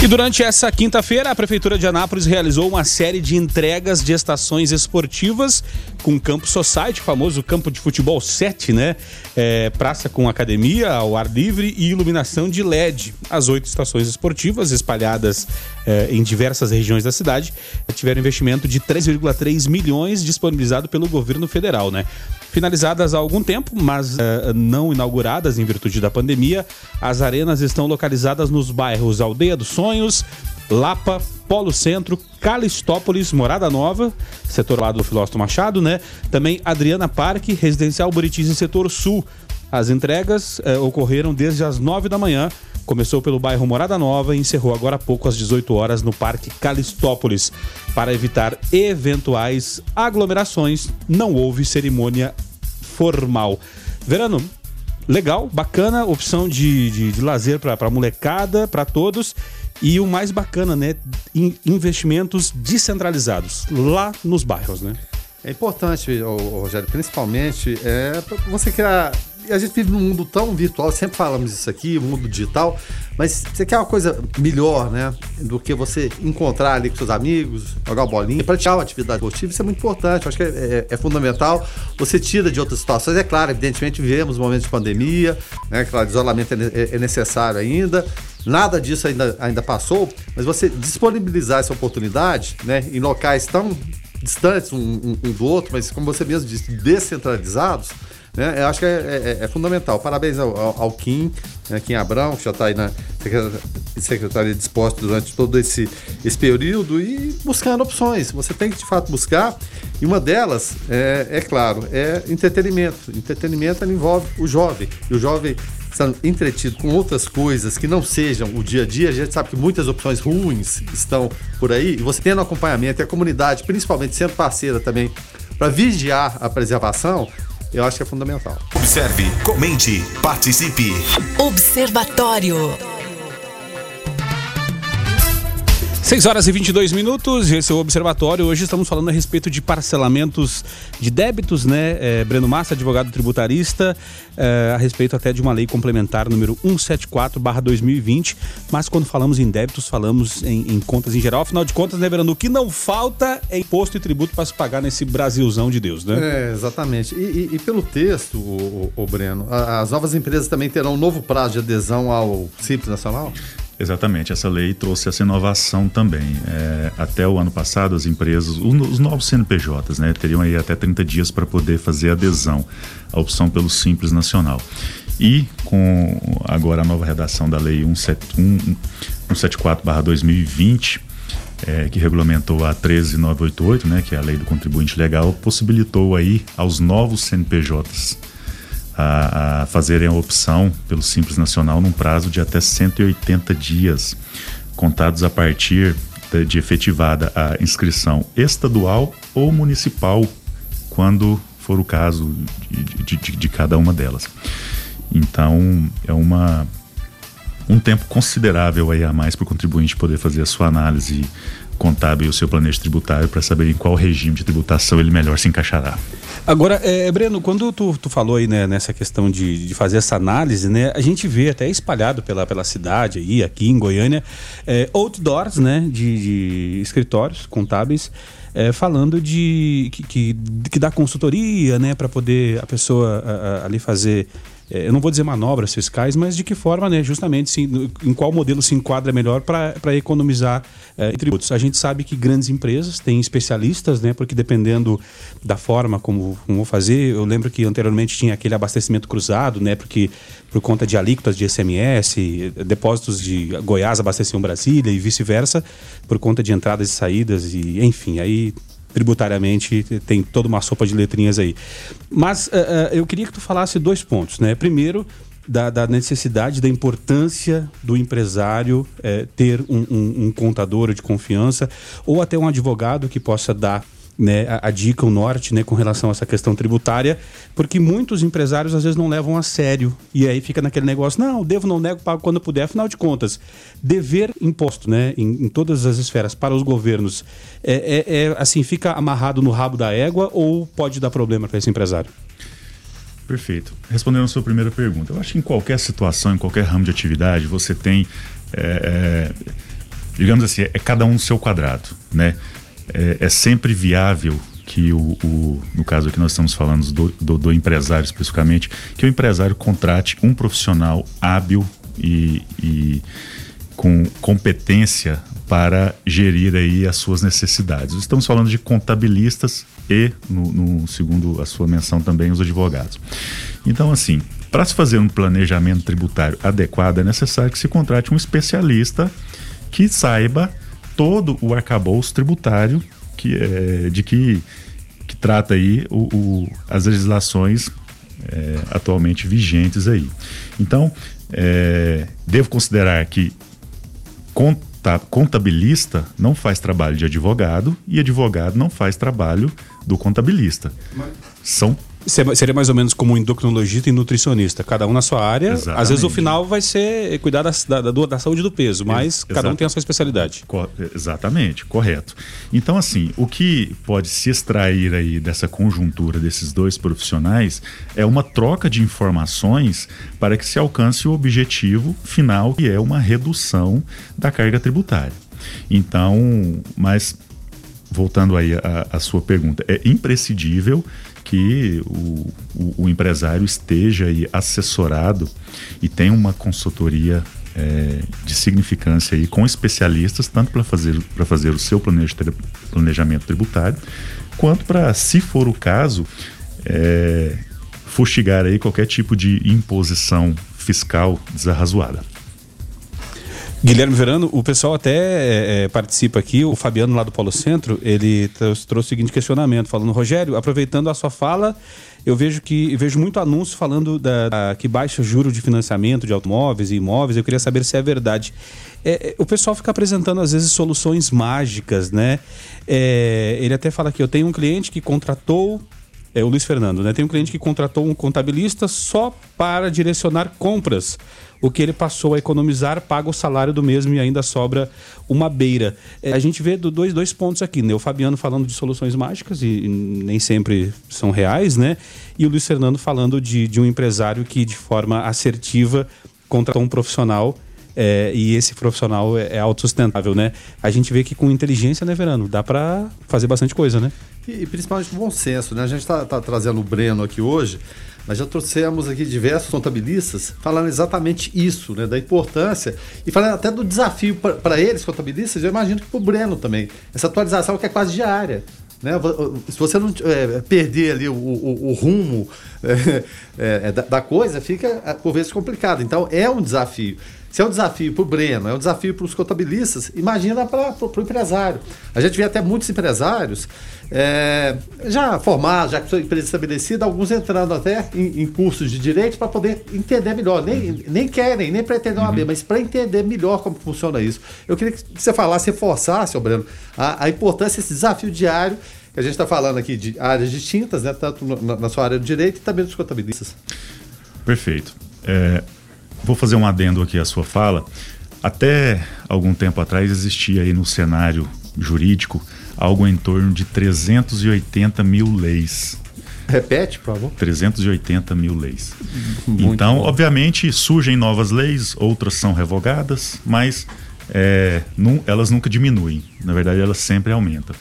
E durante essa quinta-feira, a Prefeitura de Anápolis realizou uma série de entregas de estações esportivas com Campo Society, o famoso campo de futebol sete, né? É, praça com academia, ao ar livre e iluminação de L E D. As oito estações esportivas, espalhadas é, em diversas regiões da cidade, tiveram investimento de três vírgula três milhões disponibilizado pelo governo federal, né? Finalizadas há algum tempo, mas uh, não inauguradas em virtude da pandemia, as arenas estão localizadas nos bairros Aldeia dos Sonhos, Lapa, Polo Centro, Calistópolis, Morada Nova, setor lá do Filósofo Machado, né? Também Adriana Parque, Residencial Buritis e Setor Sul. As entregas uh, ocorreram desde as nove da manhã, começou pelo bairro Morada Nova e encerrou agora há pouco às dezoito horas no Parque Calistópolis. Para evitar eventuais aglomerações, não houve cerimônia formal. Verano, legal, bacana, opção de, de, de lazer para a molecada, para todos. E o mais bacana, né? Investimentos descentralizados lá nos bairros, né? É importante, Rogério, principalmente é para você criar. A gente vive num mundo tão virtual, sempre falamos isso aqui, o mundo digital, mas você quer uma coisa melhor, né? Do que você encontrar ali com seus amigos, jogar uma bolinha, praticar uma atividade esportiva, isso é muito importante, eu acho que é, é, é fundamental. Você tira de outras situações, é claro, evidentemente vivemos momentos de pandemia, né? Claro, isolamento é, é necessário ainda, nada disso ainda, ainda passou, mas você disponibilizar essa oportunidade, né? Em locais tão distantes um, um, um do outro, mas como você mesmo disse, descentralizados, né? Eu acho que é, é, é fundamental. Parabéns ao, ao, ao Kim, né? Kim Abrão, que já está aí na Secretaria de Esporte durante todo esse, esse período e buscando opções. Você tem que, de fato, buscar. E uma delas, é, é claro, é entretenimento. Entretenimento envolve o jovem. E o jovem estando entretido com outras coisas que não sejam o dia a dia, a gente sabe que muitas opções ruins estão por aí. E você tendo acompanhamento e a comunidade, principalmente sendo parceira também, para vigiar a preservação, eu acho que é fundamental. Observe, comente, participe. Observatório. seis horas e vinte e dois minutos, esse é o Observatório. Hoje estamos falando a respeito de parcelamentos de débitos, né? É, Breno Massa, advogado tributarista, é, a respeito até de uma lei complementar número cento e setenta e quatro barra dois mil e vinte. Mas quando falamos em débitos, falamos em, em contas em geral. Afinal de contas, né, Verano, o que não falta é imposto e tributo para se pagar nesse Brasilzão de Deus, né? É, exatamente. E, e, e pelo texto, o, o, o Breno, as novas empresas também terão um novo prazo de adesão ao Simples Nacional? Exatamente, essa lei trouxe essa inovação também. É, até o ano passado, as empresas, os, os novos C N P Js, né, teriam aí até trinta dias para poder fazer adesão à opção pelo Simples Nacional. E com agora a nova redação da lei cento e setenta e quatro barra dois mil e vinte, é, que regulamentou a treze mil novecentos e oitenta e oito, né, que é a lei do contribuinte legal, possibilitou aí aos novos C N P Js A, a fazerem a opção pelo Simples Nacional num prazo de até cento e oitenta dias, contados a partir de, de efetivada a inscrição estadual ou municipal, quando for o caso de, de, de, de cada uma delas. Então, é uma, um tempo considerável aí a mais para o contribuinte poder fazer a sua análise contábil e o seu planejo tributário para saber em qual regime de tributação ele melhor se encaixará. Agora, é, Breno, quando tu, tu falou aí, né, nessa questão de, de fazer essa análise, né, a gente vê até espalhado pela, pela cidade aí, aqui em Goiânia, é, outdoors, né, de, de escritórios contábeis, é, falando de que, que, que dá consultoria, né, para poder a pessoa a, a, ali fazer, é, eu não vou dizer manobras fiscais, mas de que forma, né, justamente sim, em qual modelo se enquadra melhor para economizar é, tributos. A gente sabe que grandes empresas têm especialistas, né, porque dependendo da forma como, como vou fazer, eu lembro que anteriormente tinha aquele abastecimento cruzado, né, porque por conta de alíquotas de I C M S, depósitos de Goiás abasteciam Brasília e vice-versa, por conta de entradas e saídas, e enfim, aí tributariamente tem toda uma sopa de letrinhas aí. Mas uh, uh, eu queria que tu falasse dois pontos, né? Primeiro, da, da necessidade, da importância do empresário eh, ter um, um, um contador de confiança ou até um advogado que possa dar, né, a, a dica, o norte, né, com relação a essa questão tributária, porque muitos empresários às vezes não levam a sério e aí fica naquele negócio, não, devo, não nego, pago quando puder. Afinal de contas, dever imposto, né, em, em todas as esferas para os governos, é, é, é assim, fica amarrado no rabo da égua ou pode dar problema para esse empresário? Perfeito. Respondendo a sua primeira pergunta, eu acho que em qualquer situação, em qualquer ramo de atividade, você tem é, é, digamos assim, é cada um no seu quadrado, né? É, é sempre viável que o, o, no caso aqui nós estamos falando do, do, do empresário especificamente, que o empresário contrate um profissional hábil e, e com competência para gerir aí as suas necessidades. Estamos falando de contabilistas e, no, no segundo a sua menção também, os advogados. Então, assim, para se fazer um planejamento tributário adequado, é necessário que se contrate um especialista que saiba todo o arcabouço tributário que, é, de que, que trata aí o, o, as legislações é, atualmente vigentes aí. Então, é, devo considerar que contabilista não faz trabalho de advogado e advogado não faz trabalho do contabilista. São Seria mais ou menos como um endocrinologista e nutricionista, cada um na sua área. Exatamente. Às vezes o final vai ser cuidar da, da, da, da saúde do peso, mas Ex- cada um tem a sua especialidade. Co- exatamente, correto. Então, assim, o que pode se extrair aí dessa conjuntura desses dois profissionais é uma troca de informações para que se alcance o objetivo final, que é uma redução da carga tributária. Então, mas voltando aí à sua pergunta, é imprescindível que o, o, o empresário esteja aí assessorado e tenha uma consultoria é, de significância aí com especialistas, tanto para fazer, para fazer o seu planejamento tributário, quanto para, se for o caso, é, fustigar aí qualquer tipo de imposição fiscal desarrazoada. Guilherme Verano, o pessoal até é, participa aqui, o Fabiano lá do Polo Centro, ele trouxe, trouxe o seguinte questionamento, falando: Rogério, aproveitando a sua fala, eu vejo que eu vejo muito anúncio falando da, da, que baixa juros de financiamento de automóveis e imóveis, eu queria saber se é verdade. É, é, o pessoal fica apresentando às vezes soluções mágicas, né? É, ele até fala que eu tenho um cliente que contratou, é o Luiz Fernando, né? Tem um cliente que contratou um contabilista só para direcionar compras. O que ele passou a economizar, paga o salário do mesmo e ainda sobra uma beira. É, a gente vê do dois, dois pontos aqui, né? O Fabiano falando de soluções mágicas e, e nem sempre são reais, né? E o Luiz Fernando falando de, de um empresário que de forma assertiva contratou um profissional é, e esse profissional é, é autossustentável, né? A gente vê que com inteligência, né, Verano? Dá para fazer bastante coisa, né? E, e principalmente com bom senso, né? A gente está tá trazendo o Breno aqui hoje, mas já trouxemos aqui diversos contabilistas falando exatamente isso, né, da importância e falando até do desafio para eles, contabilistas. Eu imagino que para o Breno também, essa atualização que é quase diária, né? Se você não é, perder ali o, o, o rumo é, é, da, da coisa, fica por vezes complicado. Então é um desafio. Se é um desafio para o Breno, é um desafio para os contabilistas, imagina para o empresário. A gente vê até muitos empresários é, já formados, já com sua empresa estabelecida, alguns entrando até em, em cursos de direito para poder entender melhor. Nem, nem querem, nem para entender uma B, uhum. mas para entender melhor como funciona isso. Eu queria que você falasse, reforçasse, Breno, a, a importância desse desafio diário, que a gente está falando aqui de áreas distintas, né, tanto na, na sua área do direito e também dos contabilistas. Perfeito. É... Vou fazer um adendo aqui à sua fala. Até algum tempo atrás existia aí no cenário jurídico algo em torno de trezentos e oitenta mil leis. Repete, por favor. trezentos e oitenta mil leis. Muito então, bom. Obviamente, surgem novas leis, outras são revogadas, mas é, não, elas nunca diminuem. Na verdade, elas sempre aumentam.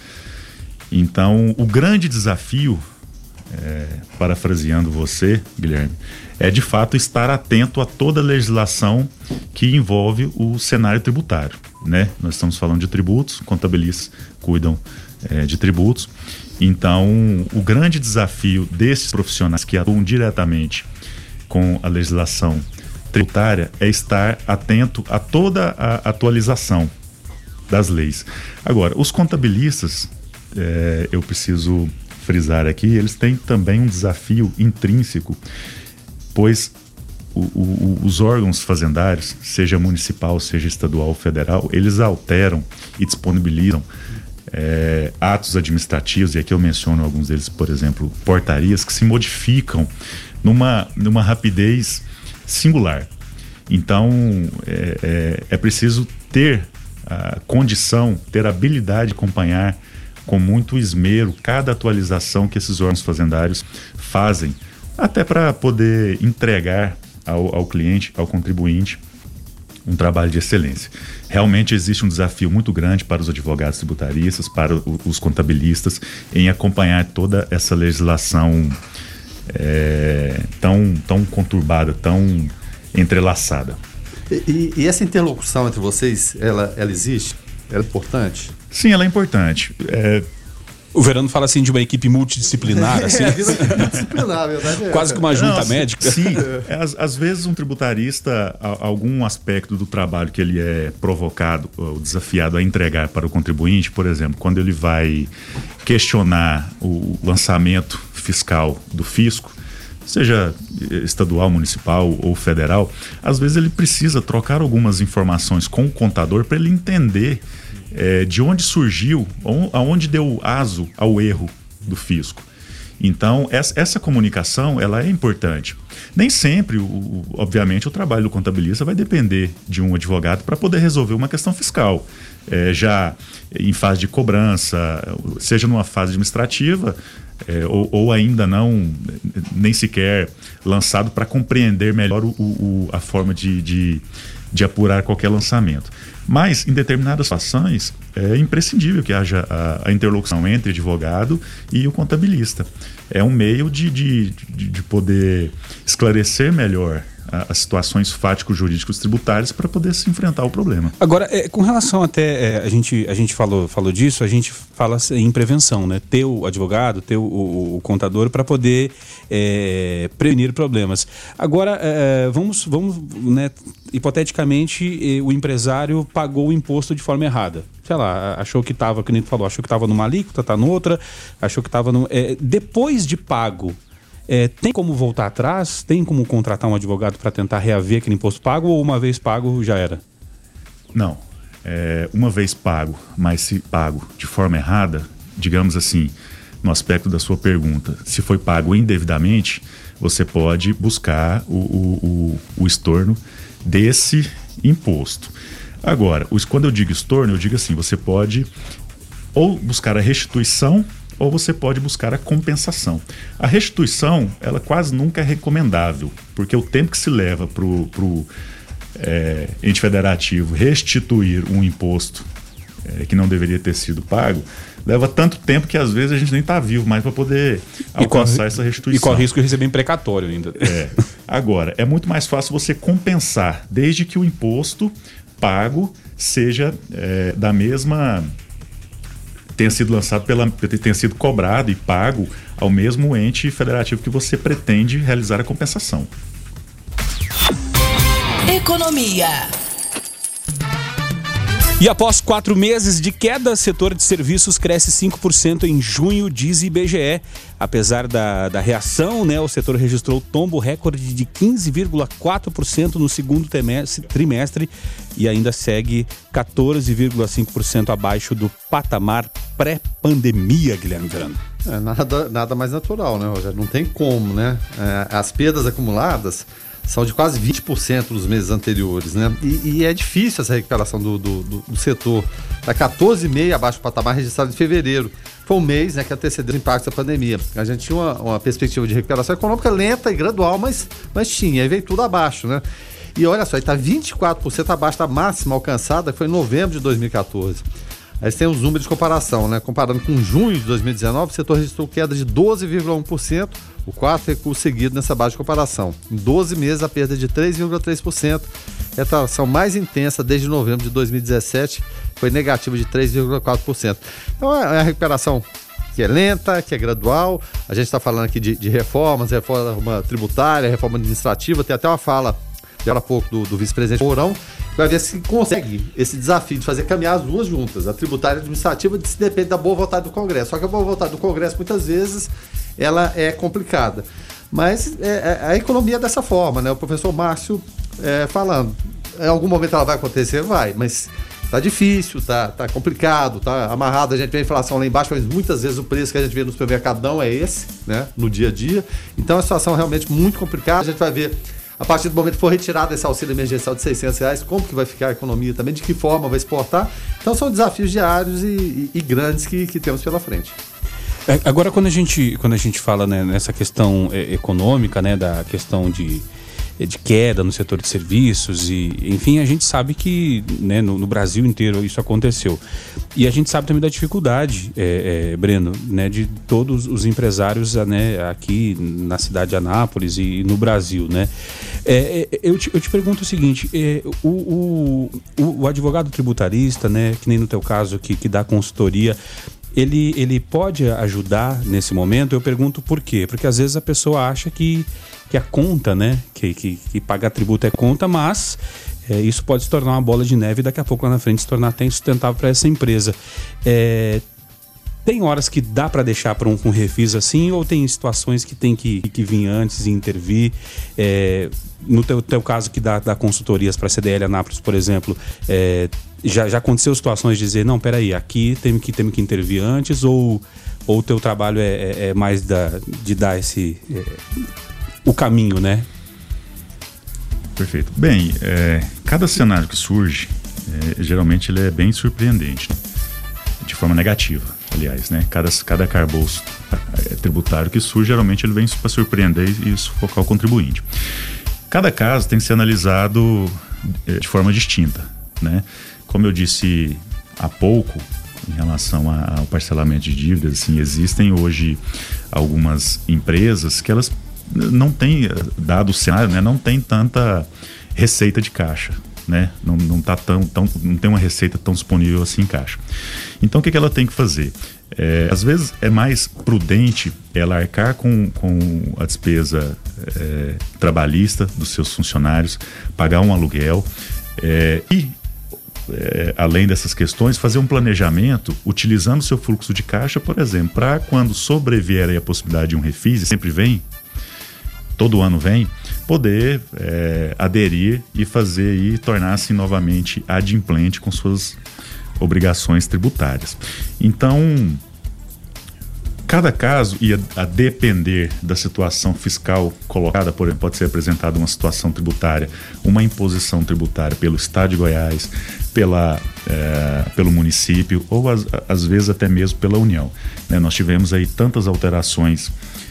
Então, o grande desafio, é, parafraseando você, Guilherme, é de fato estar atento a toda a legislação que envolve o cenário tributário, né? Nós estamos falando de tributos, contabilistas cuidam é, de tributos. Então, o grande desafio desses profissionais que atuam diretamente com a legislação tributária é estar atento a toda a atualização das leis. Agora, os contabilistas, é, eu preciso frisar aqui, eles têm também um desafio intrínseco, pois o, o, os órgãos fazendários, seja municipal, seja estadual ou federal, eles alteram e disponibilizam é, atos administrativos, e aqui eu menciono alguns deles, por exemplo, portarias, que se modificam numa, numa rapidez singular. Então, é, é, é preciso ter a condição, ter a habilidade de acompanhar com muito esmero cada atualização que esses órgãos fazendários fazem, até para poder entregar ao, ao cliente, ao contribuinte, um trabalho de excelência. Realmente existe um desafio muito grande para os advogados tributaristas, para o, os contabilistas, em acompanhar toda essa legislação é, tão, tão conturbada, tão entrelaçada. E, e essa interlocução entre vocês, ela, ela existe? Ela é importante? Sim, ela é importante. É, O Verano fala assim de uma equipe multidisciplinar, assim. É, multidisciplinar, verdade. Quase que uma junta Não, médica. Sim, é, às, às vezes um tributarista, a, algum aspecto do trabalho que ele é provocado ou desafiado a entregar para o contribuinte, por exemplo, quando ele vai questionar o lançamento fiscal do fisco, seja estadual, municipal ou federal, às vezes ele precisa trocar algumas informações com o contador para ele entender É, de onde surgiu, aonde deu aso ao erro do fisco. Então, essa, essa comunicação, ela é importante. Nem sempre, o, obviamente, o trabalho do contabilista vai depender de um advogado para poder resolver uma questão fiscal. É, já em fase de cobrança, seja numa fase administrativa, é, ou, ou ainda não, nem sequer lançado para compreender melhor o, o, a forma de, de, de apurar qualquer lançamento. Mas, em determinadas situações, é imprescindível que haja a, a interlocução entre advogado e o contabilista. É um meio de, de, de, de poder esclarecer melhor a, as situações fático-jurídicos tributárias para poder se enfrentar o problema. Agora, é, com relação até, é, a gente, a gente falou, falou disso, a gente fala em prevenção, né? Ter o advogado, ter o, o, o contador para poder é, prevenir problemas. Agora, é, vamos, vamos né, hipoteticamente, o empresário pagou o imposto de forma errada. Sei lá, achou que estava, como ele falou, achou que estava numa alíquota, está noutra, achou que estava no... É, depois de pago, é, tem como voltar atrás? Tem como contratar um advogado para tentar reaver aquele imposto pago ou uma vez pago já era? Não. É, uma vez pago, mas se pago de forma errada, digamos assim, no aspecto da sua pergunta, se foi pago indevidamente, você pode buscar o, o, o, o estorno desse imposto. Agora, quando eu digo estorno, eu digo assim, você pode ou buscar a restituição ou você pode buscar a compensação. A restituição, ela quase nunca é recomendável, porque o tempo que se leva para o é, ente federativo restituir um imposto é, que não deveria ter sido pago, leva tanto tempo que às vezes a gente nem está vivo mais para poder alcançar corre, essa restituição. E corre risco de receber imprecatório ainda. É. Agora, é muito mais fácil você compensar, desde que o imposto pago seja é, da mesma... tenha sido lançado pela... tenha sido cobrado e pago ao mesmo ente federativo que você pretende realizar a compensação. Economia. E após quatro meses de queda, o setor de serviços cresce cinco por cento em junho, diz I B G E. Apesar da, da reação, né, o setor registrou tombo recorde de quinze vírgula quatro por cento no segundo trimestre, trimestre e ainda segue quatorze vírgula cinco por cento abaixo do patamar pré-pandemia, Guilherme Verano. É nada, nada mais natural, né, Rogério? Não tem como, né? É, as perdas acumuladas são de quase vinte por cento nos meses anteriores, né? E, e é difícil essa recuperação do, do, do, do setor. Está quatorze vírgula cinco por cento abaixo do patamar registrado em fevereiro. Foi um mês, né, que antecedeu o impacto da pandemia. A gente tinha uma, uma perspectiva de recuperação econômica lenta e gradual, mas, mas tinha. Aí veio tudo abaixo, né? E olha só, está vinte e quatro por cento abaixo da máxima alcançada, que foi em novembro de dois mil e quatorze. Aí tem os números de comparação, né? Comparando com junho de dois mil e dezenove, o setor registrou queda de doze vírgula um por cento, o quarto recuo seguido nessa base de comparação. Em doze meses, a perda de três vírgula três por cento. A retração mais intensa desde novembro de dois mil e dezessete foi negativa de três vírgula quatro por cento. Então é a recuperação que é lenta, que é gradual. A gente está falando aqui de, de reformas, reforma tributária, reforma administrativa. Tem até uma fala de há pouco do, do vice-presidente Mourão, que vai ver se consegue esse desafio de fazer caminhar as duas juntas. A tributária e a administrativa depende da boa vontade do Congresso. Só que a boa vontade do Congresso, muitas vezes, ela é complicada. Mas é, a economia é dessa forma, né? O professor Márcio é, falando. Em algum momento ela vai acontecer? Vai, mas tá difícil, tá, tá complicado, tá amarrado. A gente vê a inflação lá embaixo, mas muitas vezes o preço que a gente vê no supermercado não é esse, né? No dia a dia. Então é uma situação realmente muito complicada. A gente vai ver, a partir do momento que for retirado esse auxílio emergencial de seiscentos reais, como que vai ficar a economia também, de que forma vai exportar. Então são desafios diários e, e, e grandes que, que temos pela frente. Agora, quando a gente, quando a gente fala, né, nessa questão é, econômica, né, da questão de, de queda no setor de serviços e, enfim, a gente sabe que, né, no, no Brasil inteiro isso aconteceu. E a gente sabe também da dificuldade, é, é, Breno, né, de todos os empresários, né, aqui na cidade de Anápolis e no Brasil, né? É, é, eu, te, eu te pergunto o seguinte, é, o, o, o advogado tributarista, né, que nem no teu caso que, que dá consultoria, ele, ele pode ajudar nesse momento? Eu pergunto por quê? Porque às vezes a pessoa acha que, que a conta, né, que, que, que pagar tributo é conta, mas é, isso pode se tornar uma bola de neve e daqui a pouco lá na frente se tornar até insustentável para essa empresa. É, tem horas que dá para deixar para um, um refis assim, ou tem situações que tem que, que vir antes e intervir? É, no teu, teu caso que dá, dá consultorias para a C D L Anápolis, por exemplo, é, já, já aconteceu situações de dizer, não, peraí, aqui temos que, temos que intervir antes, ou o teu trabalho é, é, é mais da, de dar esse é, o caminho, né? Perfeito. Bem, é, cada cenário que surge, é, geralmente ele é bem surpreendente, né? De forma negativa, aliás, né? Cada, cada arcabouço tributário que surge, geralmente ele vem para surpreender e sufocar o contribuinte. Cada caso tem que ser analisado de forma distinta, né? Como eu disse há pouco, em relação ao parcelamento de dívidas, assim, existem hoje algumas empresas que elas não têm, dado o cenário, né, não tem tanta receita de caixa, né? Não, não, tá tão, tão, não tem uma receita tão disponível assim em caixa. Então o que, que ela tem que fazer? É, às vezes é mais prudente ela arcar com, com a despesa é, trabalhista dos seus funcionários, pagar um aluguel é, e, é, além dessas questões, fazer um planejamento utilizando o seu fluxo de caixa, por exemplo, para quando sobrevier aí a possibilidade de um refis, e sempre vem, todo ano vem, poder é, aderir e fazer e tornar-se novamente adimplente com suas obrigações tributárias. Então, cada caso, e a, a depender da situação fiscal colocada, por exemplo, pode ser apresentada uma situação tributária, uma imposição tributária pelo Estado de Goiás, pela, é, pelo município, ou às, às vezes até mesmo pela União, né? Nós tivemos aí tantas alterações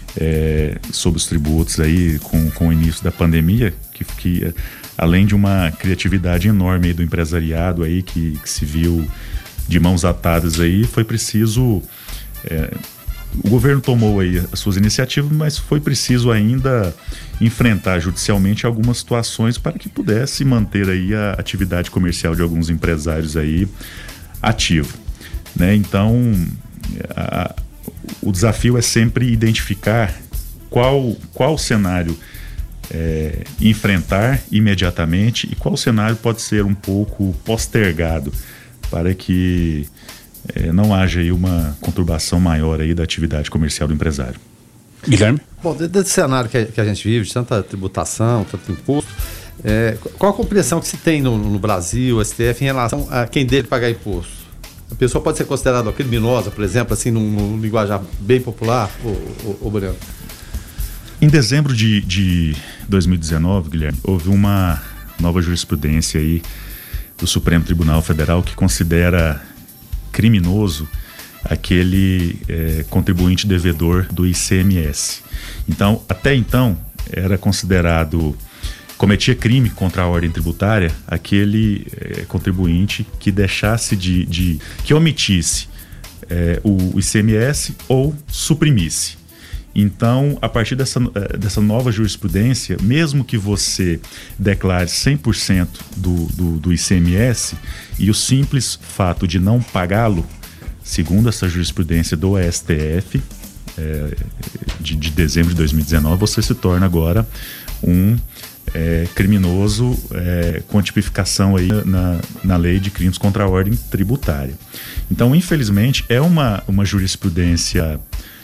É, sobre os tributos aí com, com o início da pandemia, que, que além de uma criatividade enorme aí do empresariado aí que, que se viu de mãos atadas aí, foi preciso é, o governo tomou aí as suas iniciativas, mas foi preciso ainda enfrentar judicialmente algumas situações para que pudesse manter aí a atividade comercial de alguns empresários aí ativo, né? Então a o desafio é sempre identificar qual, qual cenário é, enfrentar imediatamente e qual cenário pode ser um pouco postergado para que é, não haja aí uma conturbação maior aí da atividade comercial do empresário. Guilherme? Bom, desse cenário que a, que a gente vive, de tanta tributação, tanto imposto, é, qual a compreensão que se tem no, no Brasil, S T F, em relação a quem deve pagar imposto? A pessoa pode ser considerada criminosa, por exemplo, assim, num, num linguajar bem popular, ô Breno? Em dezembro de, de dois mil e dezenove, Guilherme, houve uma nova jurisprudência aí do Supremo Tribunal Federal que considera criminoso aquele é, contribuinte devedor do I C M S. Então, até então, era considerado... cometia crime contra a ordem tributária aquele é, contribuinte que deixasse de, de que omitisse é, o I C M S ou suprimisse. Então, a partir dessa, dessa nova jurisprudência, mesmo que você declare cem por cento do, do, do I C M S e o simples fato de não pagá-lo, segundo essa jurisprudência do S T F é, de, de dezembro de dois mil e dezenove, você se torna agora um É, criminoso é, com a tipificação aí na, na lei de crimes contra a ordem tributária. Então, infelizmente, é uma, uma jurisprudência,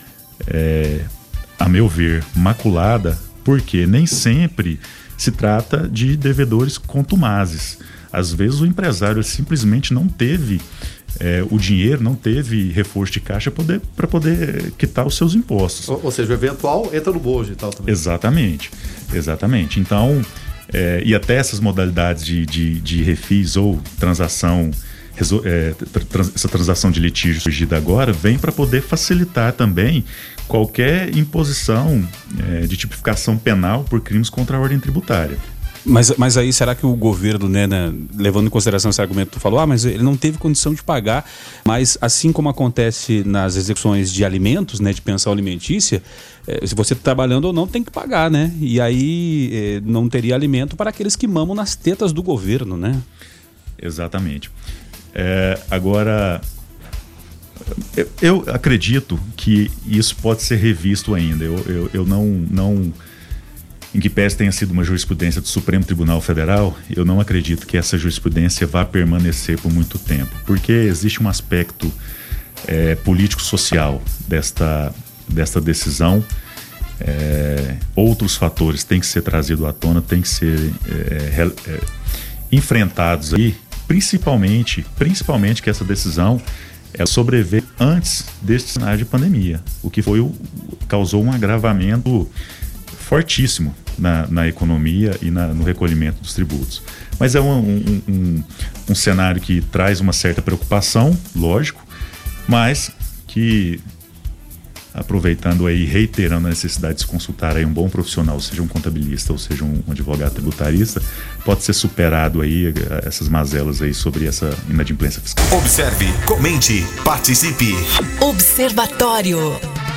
é, a meu ver, maculada, porque nem sempre se trata de devedores contumazes. Às vezes o empresário simplesmente não teve é, o dinheiro, não teve reforço de caixa para poder, para poder quitar os seus impostos. Ou, ou seja, o eventual entra no bojo e tal também. Exatamente, exatamente. Então, é, e até essas modalidades de, de, de refis ou transação resol- é, trans- essa transação de litígio surgida agora vem para poder facilitar também qualquer imposição é, de tipificação penal por crimes contra a ordem tributária. Mas, mas aí, será que o governo, né, né, levando em consideração esse argumento que tu falou, ah, mas ele não teve condição de pagar, mas assim como acontece nas execuções de alimentos, né, de pensão alimentícia, eh, se você está trabalhando ou não, tem que pagar, né? E aí eh, não teria alimento para aqueles que mamam nas tetas do governo, né? Exatamente. É, agora, eu, eu acredito que isso pode ser revisto ainda. Eu, eu, eu não... não em que pese tenha sido uma jurisprudência do Supremo Tribunal Federal, eu não acredito que essa jurisprudência vá permanecer por muito tempo, porque existe um aspecto é, político-social desta, desta decisão. É, outros fatores têm que ser trazidos à tona, têm que ser é, é, enfrentados aí, principalmente, principalmente que essa decisão ela sobreveio antes deste cenário de pandemia, o que foi o, causou um agravamento fortíssimo na, na economia e na, no recolhimento dos tributos. Mas é um, um, um, um cenário que traz uma certa preocupação, lógico, mas que, aproveitando aí, reiterando a necessidade de se consultar aí um bom profissional, seja um contabilista ou seja um, um advogado tributarista, pode ser superado aí essas mazelas aí sobre essa inadimplência fiscal. Observe, comente, participe. Observatório.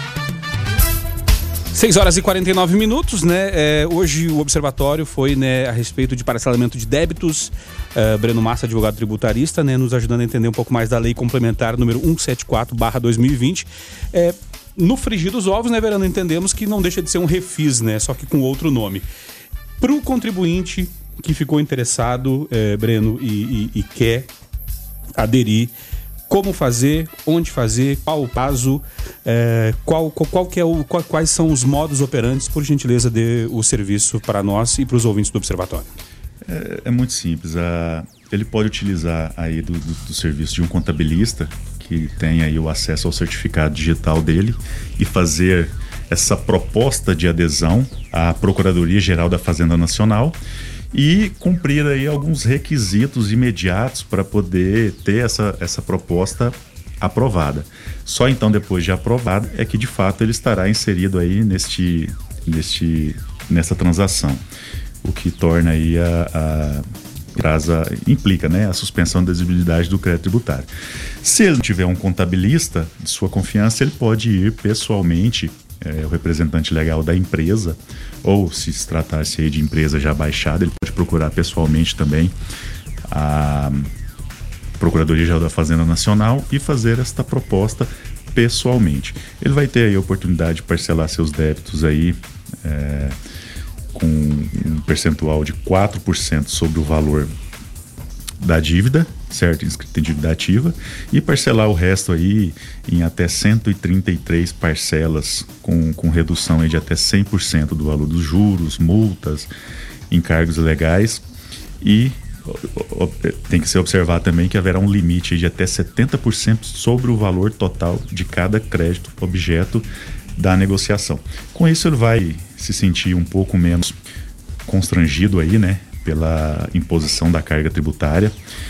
seis horas e quarenta e nove minutos, né? É, hoje o observatório foi, né, a respeito de parcelamento de débitos. Uh, Breno Massa, advogado tributarista, né, nos ajudando a entender um pouco mais da lei complementar número cento e setenta e quatro barra dois mil e vinte. É, no frigir dos ovos, né, Verano, entendemos que não deixa de ser um refis, né? Só que com outro nome. Para o contribuinte que ficou interessado, é, Breno, e, e, e quer aderir, como fazer, onde fazer, qual o prazo, é, qual, qual, qual que é o, qual, quais são os modos operantes, por gentileza, dê o serviço para nós e para os ouvintes do Observatório. É, é muito simples. A, ele pode utilizar aí do, do, do serviço de um contabilista que tem aí o acesso ao certificado digital dele e fazer essa proposta de adesão à Procuradoria-Geral da Fazenda Nacional e cumprir aí alguns requisitos imediatos para poder ter essa, essa proposta aprovada. Só então, depois de aprovada, é que de fato ele estará inserido aí neste, neste, nessa transação, o que torna aí a, a Trasa, implica, né, a suspensão da exigibilidade do crédito tributário. Se ele tiver um contabilista de sua confiança, ele pode ir pessoalmente, é, o representante legal da empresa, ou se se tratasse aí de empresa já baixada, ele pode procurar pessoalmente também a Procuradoria-Geral da Fazenda Nacional e fazer esta proposta pessoalmente. Ele vai ter aí a oportunidade de parcelar seus débitos aí, é, com um percentual de quatro por cento sobre o valor da dívida, certo? Inscrita em dívida ativa, e parcelar o resto aí em até cento e trinta e três parcelas com, com redução aí de até cem por cento do valor dos juros, multas, encargos legais, e tem que ser observado também que haverá um limite de até setenta por cento sobre o valor total de cada crédito objeto da negociação. Com isso ele vai se sentir um pouco menos constrangido aí, né, pela imposição da carga tributária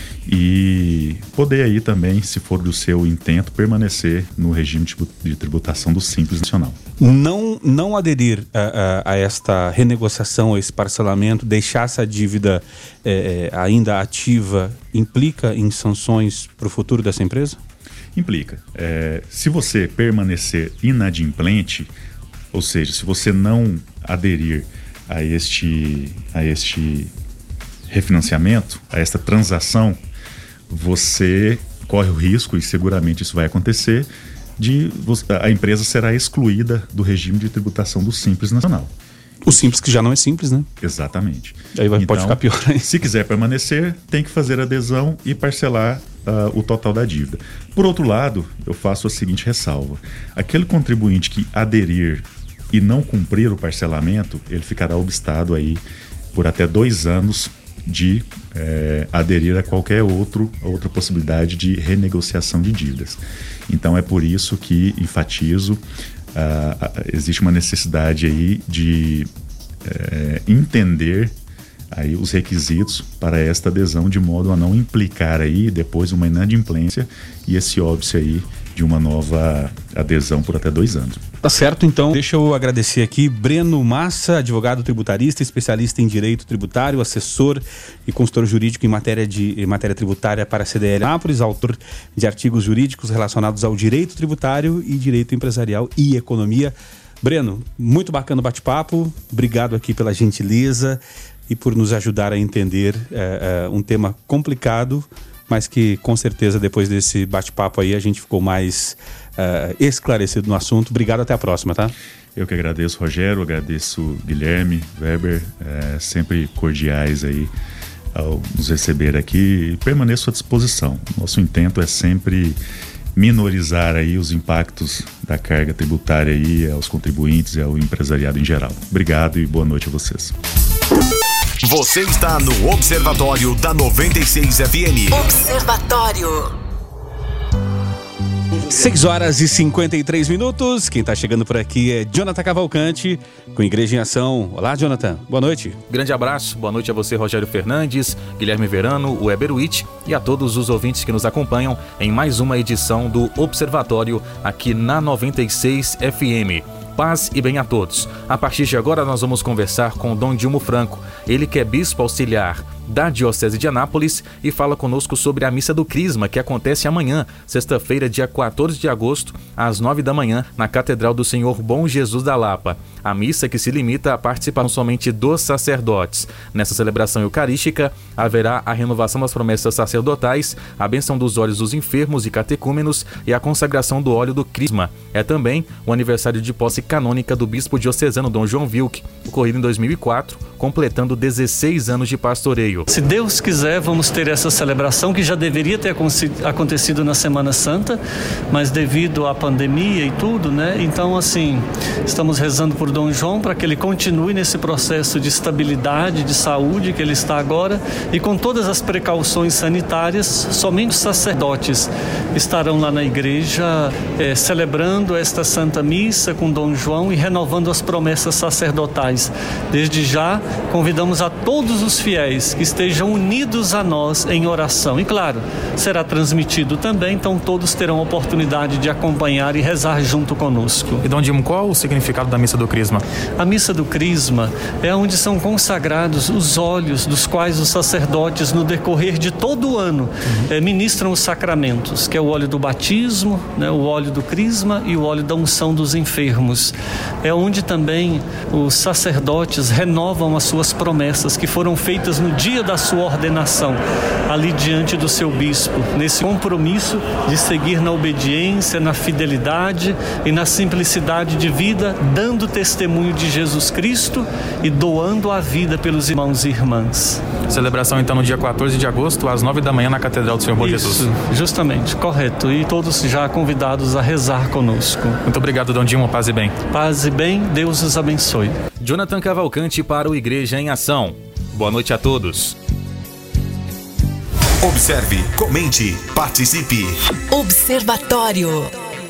e poder aí também, se for do seu intento, permanecer no regime de tributação do Simples Nacional. Não, não aderir a, a, a esta renegociação, a esse parcelamento, deixar essa dívida é, ainda ativa, implica em sanções para o futuro dessa empresa? Implica. É, se você permanecer inadimplente, ou seja, se você não aderir a este, a este refinanciamento, a esta transação, você corre o risco, e seguramente isso vai acontecer, de a empresa será excluída do regime de tributação do Simples Nacional. O Simples que já não é simples, né? Exatamente. Aí vai, então, pode ficar pior aí. Se quiser permanecer, tem que fazer adesão e parcelar uh, o total da dívida. Por outro lado, eu faço a seguinte ressalva. Aquele contribuinte que aderir e não cumprir o parcelamento, ele ficará obstado aí por até dois anos de eh, aderir a qualquer outro, outra possibilidade de renegociação de dívidas. Então é por isso que enfatizo, uh, existe uma necessidade aí de uh, entender aí os requisitos para esta adesão, de modo a não implicar aí depois uma inadimplência e esse óbice aí de uma nova adesão por até dois anos. Tá certo, então deixa eu agradecer aqui Breno Massa, advogado tributarista, especialista em direito tributário, assessor e consultor jurídico em matéria, de, em matéria tributária para a C D L Anápolis, autor de artigos jurídicos relacionados ao direito tributário e direito empresarial e economia. Breno, muito bacana o bate-papo, obrigado aqui pela gentileza e por nos ajudar a entender é, é, um tema complicado, mas que com certeza depois desse bate-papo aí a gente ficou mais uh, esclarecido no assunto. Obrigado, até a próxima, tá? Eu que agradeço, Rogério, agradeço Guilherme, Weber, é, sempre cordiais aí ao nos receber aqui e permaneço à disposição. Nosso intento é sempre minorizar aí os impactos da carga tributária aí aos contribuintes e ao empresariado em geral. Obrigado e boa noite a vocês. Você está no Observatório da noventa e seis F M. Observatório. seis horas e cinquenta e três minutos. Quem está chegando por aqui é Jonathan Cavalcante, com Igreja em Ação. Olá, Jonathan. Boa noite. Grande abraço. Boa noite a você, Rogério Fernandes, Guilherme Verano, o Weber Witt e a todos os ouvintes que nos acompanham em mais uma edição do Observatório aqui na noventa e seis F M. Paz e bem a todos. A partir de agora nós vamos conversar com Dom Dilmo Franco, ele que é bispo auxiliar da Diocese de Anápolis e fala conosco sobre a Missa do Crisma, que acontece amanhã, sexta-feira, dia quatorze de agosto, às nove da manhã, na Catedral do Senhor Bom Jesus da Lapa. A missa que se limita a participação somente dos sacerdotes. Nessa celebração eucarística, haverá a renovação das promessas sacerdotais, a bênção dos óleos dos enfermos e catecúmenos e a consagração do óleo do Crisma. É também o aniversário de posse canônica do bispo diocesano Dom João Wilk, ocorrido em dois mil e quatro, completando dezesseis anos de pastoreio. Se Deus quiser, vamos ter essa celebração que já deveria ter acontecido na Semana Santa, mas devido à pandemia e tudo, né? Então, assim, estamos rezando por Dom João para que ele continue nesse processo de estabilidade, de saúde que ele está agora e com todas as precauções sanitárias. Somente os sacerdotes estarão lá na igreja é, celebrando esta Santa Missa com Dom João e renovando as promessas sacerdotais. Desde já, convidamos a todos os fiéis que estejam unidos a nós em oração. E claro, será transmitido também, então todos terão a oportunidade de acompanhar e rezar junto conosco. E Dom Dilmo, qual o significado da Missa do Crisma? A Missa do Crisma é onde são consagrados os óleos dos quais os sacerdotes, no decorrer de todo o ano, uhum. eh, ministram os sacramentos, que é o óleo do batismo, né, o óleo do Crisma e o óleo da unção dos enfermos. É onde também os sacerdotes renovam as suas promessas que foram feitas no dia da sua ordenação, ali diante do seu bispo, nesse compromisso de seguir na obediência, na fidelidade e na simplicidade de vida, dando testemunho de Jesus Cristo e doando a vida pelos irmãos e irmãs. Celebração então no dia quatorze de agosto, às nove da manhã, na Catedral do Senhor Bom Jesus. Isso, justamente, correto. E todos já convidados a rezar conosco. Muito obrigado, Dom Dilmo. Paz e bem. Paz e bem, Deus os abençoe. Jonathan Cavalcante para o Igreja em Ação. Boa noite a todos. Observe, comente, participe. Observatório.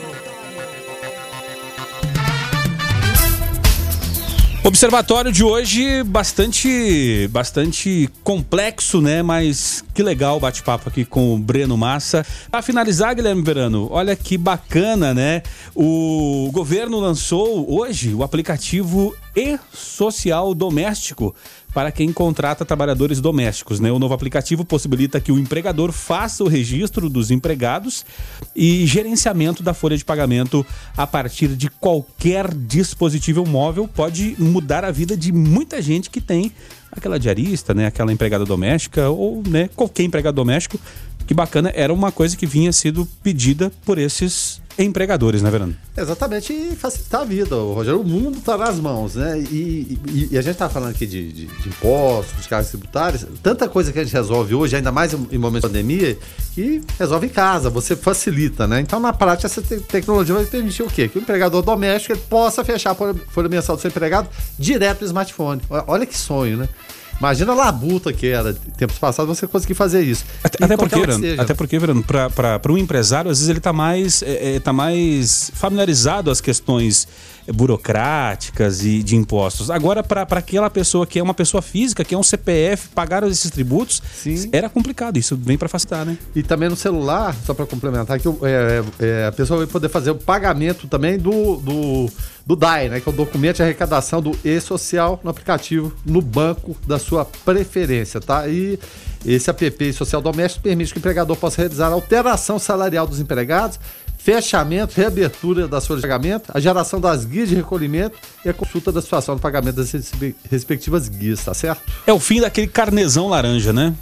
Observatório de hoje bastante, bastante complexo, né? Mas que legal o bate-papo aqui com o Breno Massa. Para finalizar, Guilherme Verano, olha que bacana, né? O governo lançou hoje o aplicativo E-Social Doméstico para quem contrata trabalhadores domésticos, né? O novo aplicativo possibilita que o empregador faça o registro dos empregados e gerenciamento da folha de pagamento a partir de qualquer dispositivo móvel. Pode mudar a vida de muita gente que tem aquela diarista, né? Aquela empregada doméstica ou, né, qualquer empregado doméstico. Que bacana, era uma coisa que vinha sido pedida por esses empregadores, né, Verano? Exatamente, e facilitar a vida, Rogério. O mundo está nas mãos, né? E, e, e a gente está falando aqui de, de, de impostos, de cargas tributárias, tanta coisa que a gente resolve hoje, ainda mais em, em momentos de pandemia, que resolve em casa, você facilita, né? Então, na prática, essa te- tecnologia vai permitir o quê? Que o empregador doméstico ele possa fechar a folha mensal do seu empregado direto no smartphone. Olha que sonho, né? Imagina a labuta que era tempos passados você conseguir fazer isso. Até, até porque, Verano, até porque, Verano, para um empresário, às vezes ele está mais, é, é, tá mais familiarizado às questões burocráticas e de impostos. Agora, para aquela pessoa que é uma pessoa física, que é um C P F, pagar esses tributos, Sim. era complicado. Isso vem para facilitar, né? E também no celular, só para complementar, que é, é, a pessoa vai poder fazer o pagamento também do, do, do D A I, né? Que é o documento de arrecadação do e-social no aplicativo, no banco da sua preferência, tá? E esse app social doméstico permite que o empregador possa realizar a alteração salarial dos empregados, fechamento, reabertura das folhas de pagamento, a geração das guias de recolhimento e a consulta da situação do pagamento das respectivas guias, tá certo? É o fim daquele carnezão laranja, né?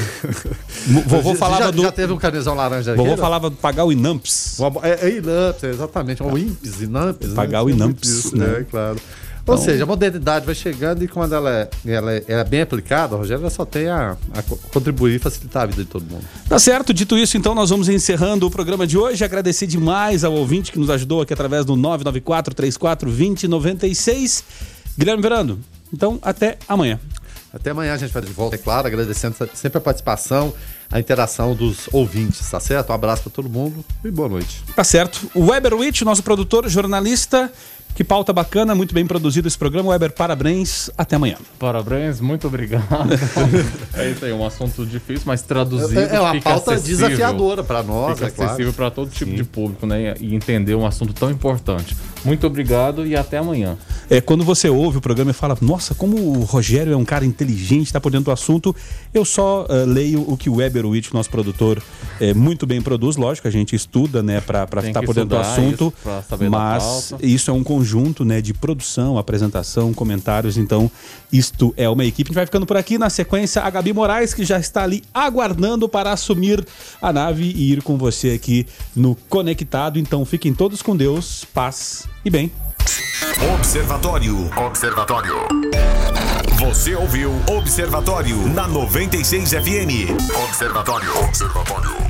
Vovô falava já, do... Já teve um carnezão laranja Vovô aqui? falava de pagar o INAMPS. É, é INAMPS, exatamente. O INPS, INAMPS. Pagar né? o INAMPS, né? É, claro. Ou então, seja, a modernidade vai chegando e quando ela é, ela é, ela é bem aplicada, Rogério, ela só tem a, a contribuir e facilitar a vida de todo mundo. Tá certo, dito isso, então nós vamos encerrando o programa de hoje. Agradecer demais ao ouvinte que nos ajudou aqui através do nove nove quatro, três quatro, dois zero nove seis. Guilherme Verano, então até amanhã. Até amanhã a gente vai de volta, é claro, agradecendo sempre a participação, a interação dos ouvintes, tá certo? Um abraço para todo mundo e boa noite. Tá certo. O Weber Witt, nosso produtor, jornalista, que pauta bacana, muito bem produzido esse programa. Weber, parabéns, até amanhã. Parabéns, muito obrigado. É isso aí, um assunto difícil, mas traduzido É, é uma pauta acessível. desafiadora para nós, fica é claro. acessível para todo tipo Sim. de público, né? E entender um assunto tão importante. Muito obrigado e até amanhã. É, quando você ouve o programa e fala, nossa, como o Rogério é um cara inteligente, está por dentro do assunto, eu só uh, leio o que o Weber Witt, nosso produtor, é, muito bem produz. Lógico, a gente estuda, né, para estar por dentro do assunto, isso, mas isso é um conjunto, né, de produção, apresentação, comentários. Então, isto é uma equipe. A gente vai ficando por aqui. Na sequência, a Gabi Moraes, que já está ali aguardando para assumir a nave e ir com você aqui no Conectado. Então, fiquem todos com Deus, paz e bem. Observatório. Observatório. Você ouviu Observatório na noventa e seis F M. Observatório. Observatório.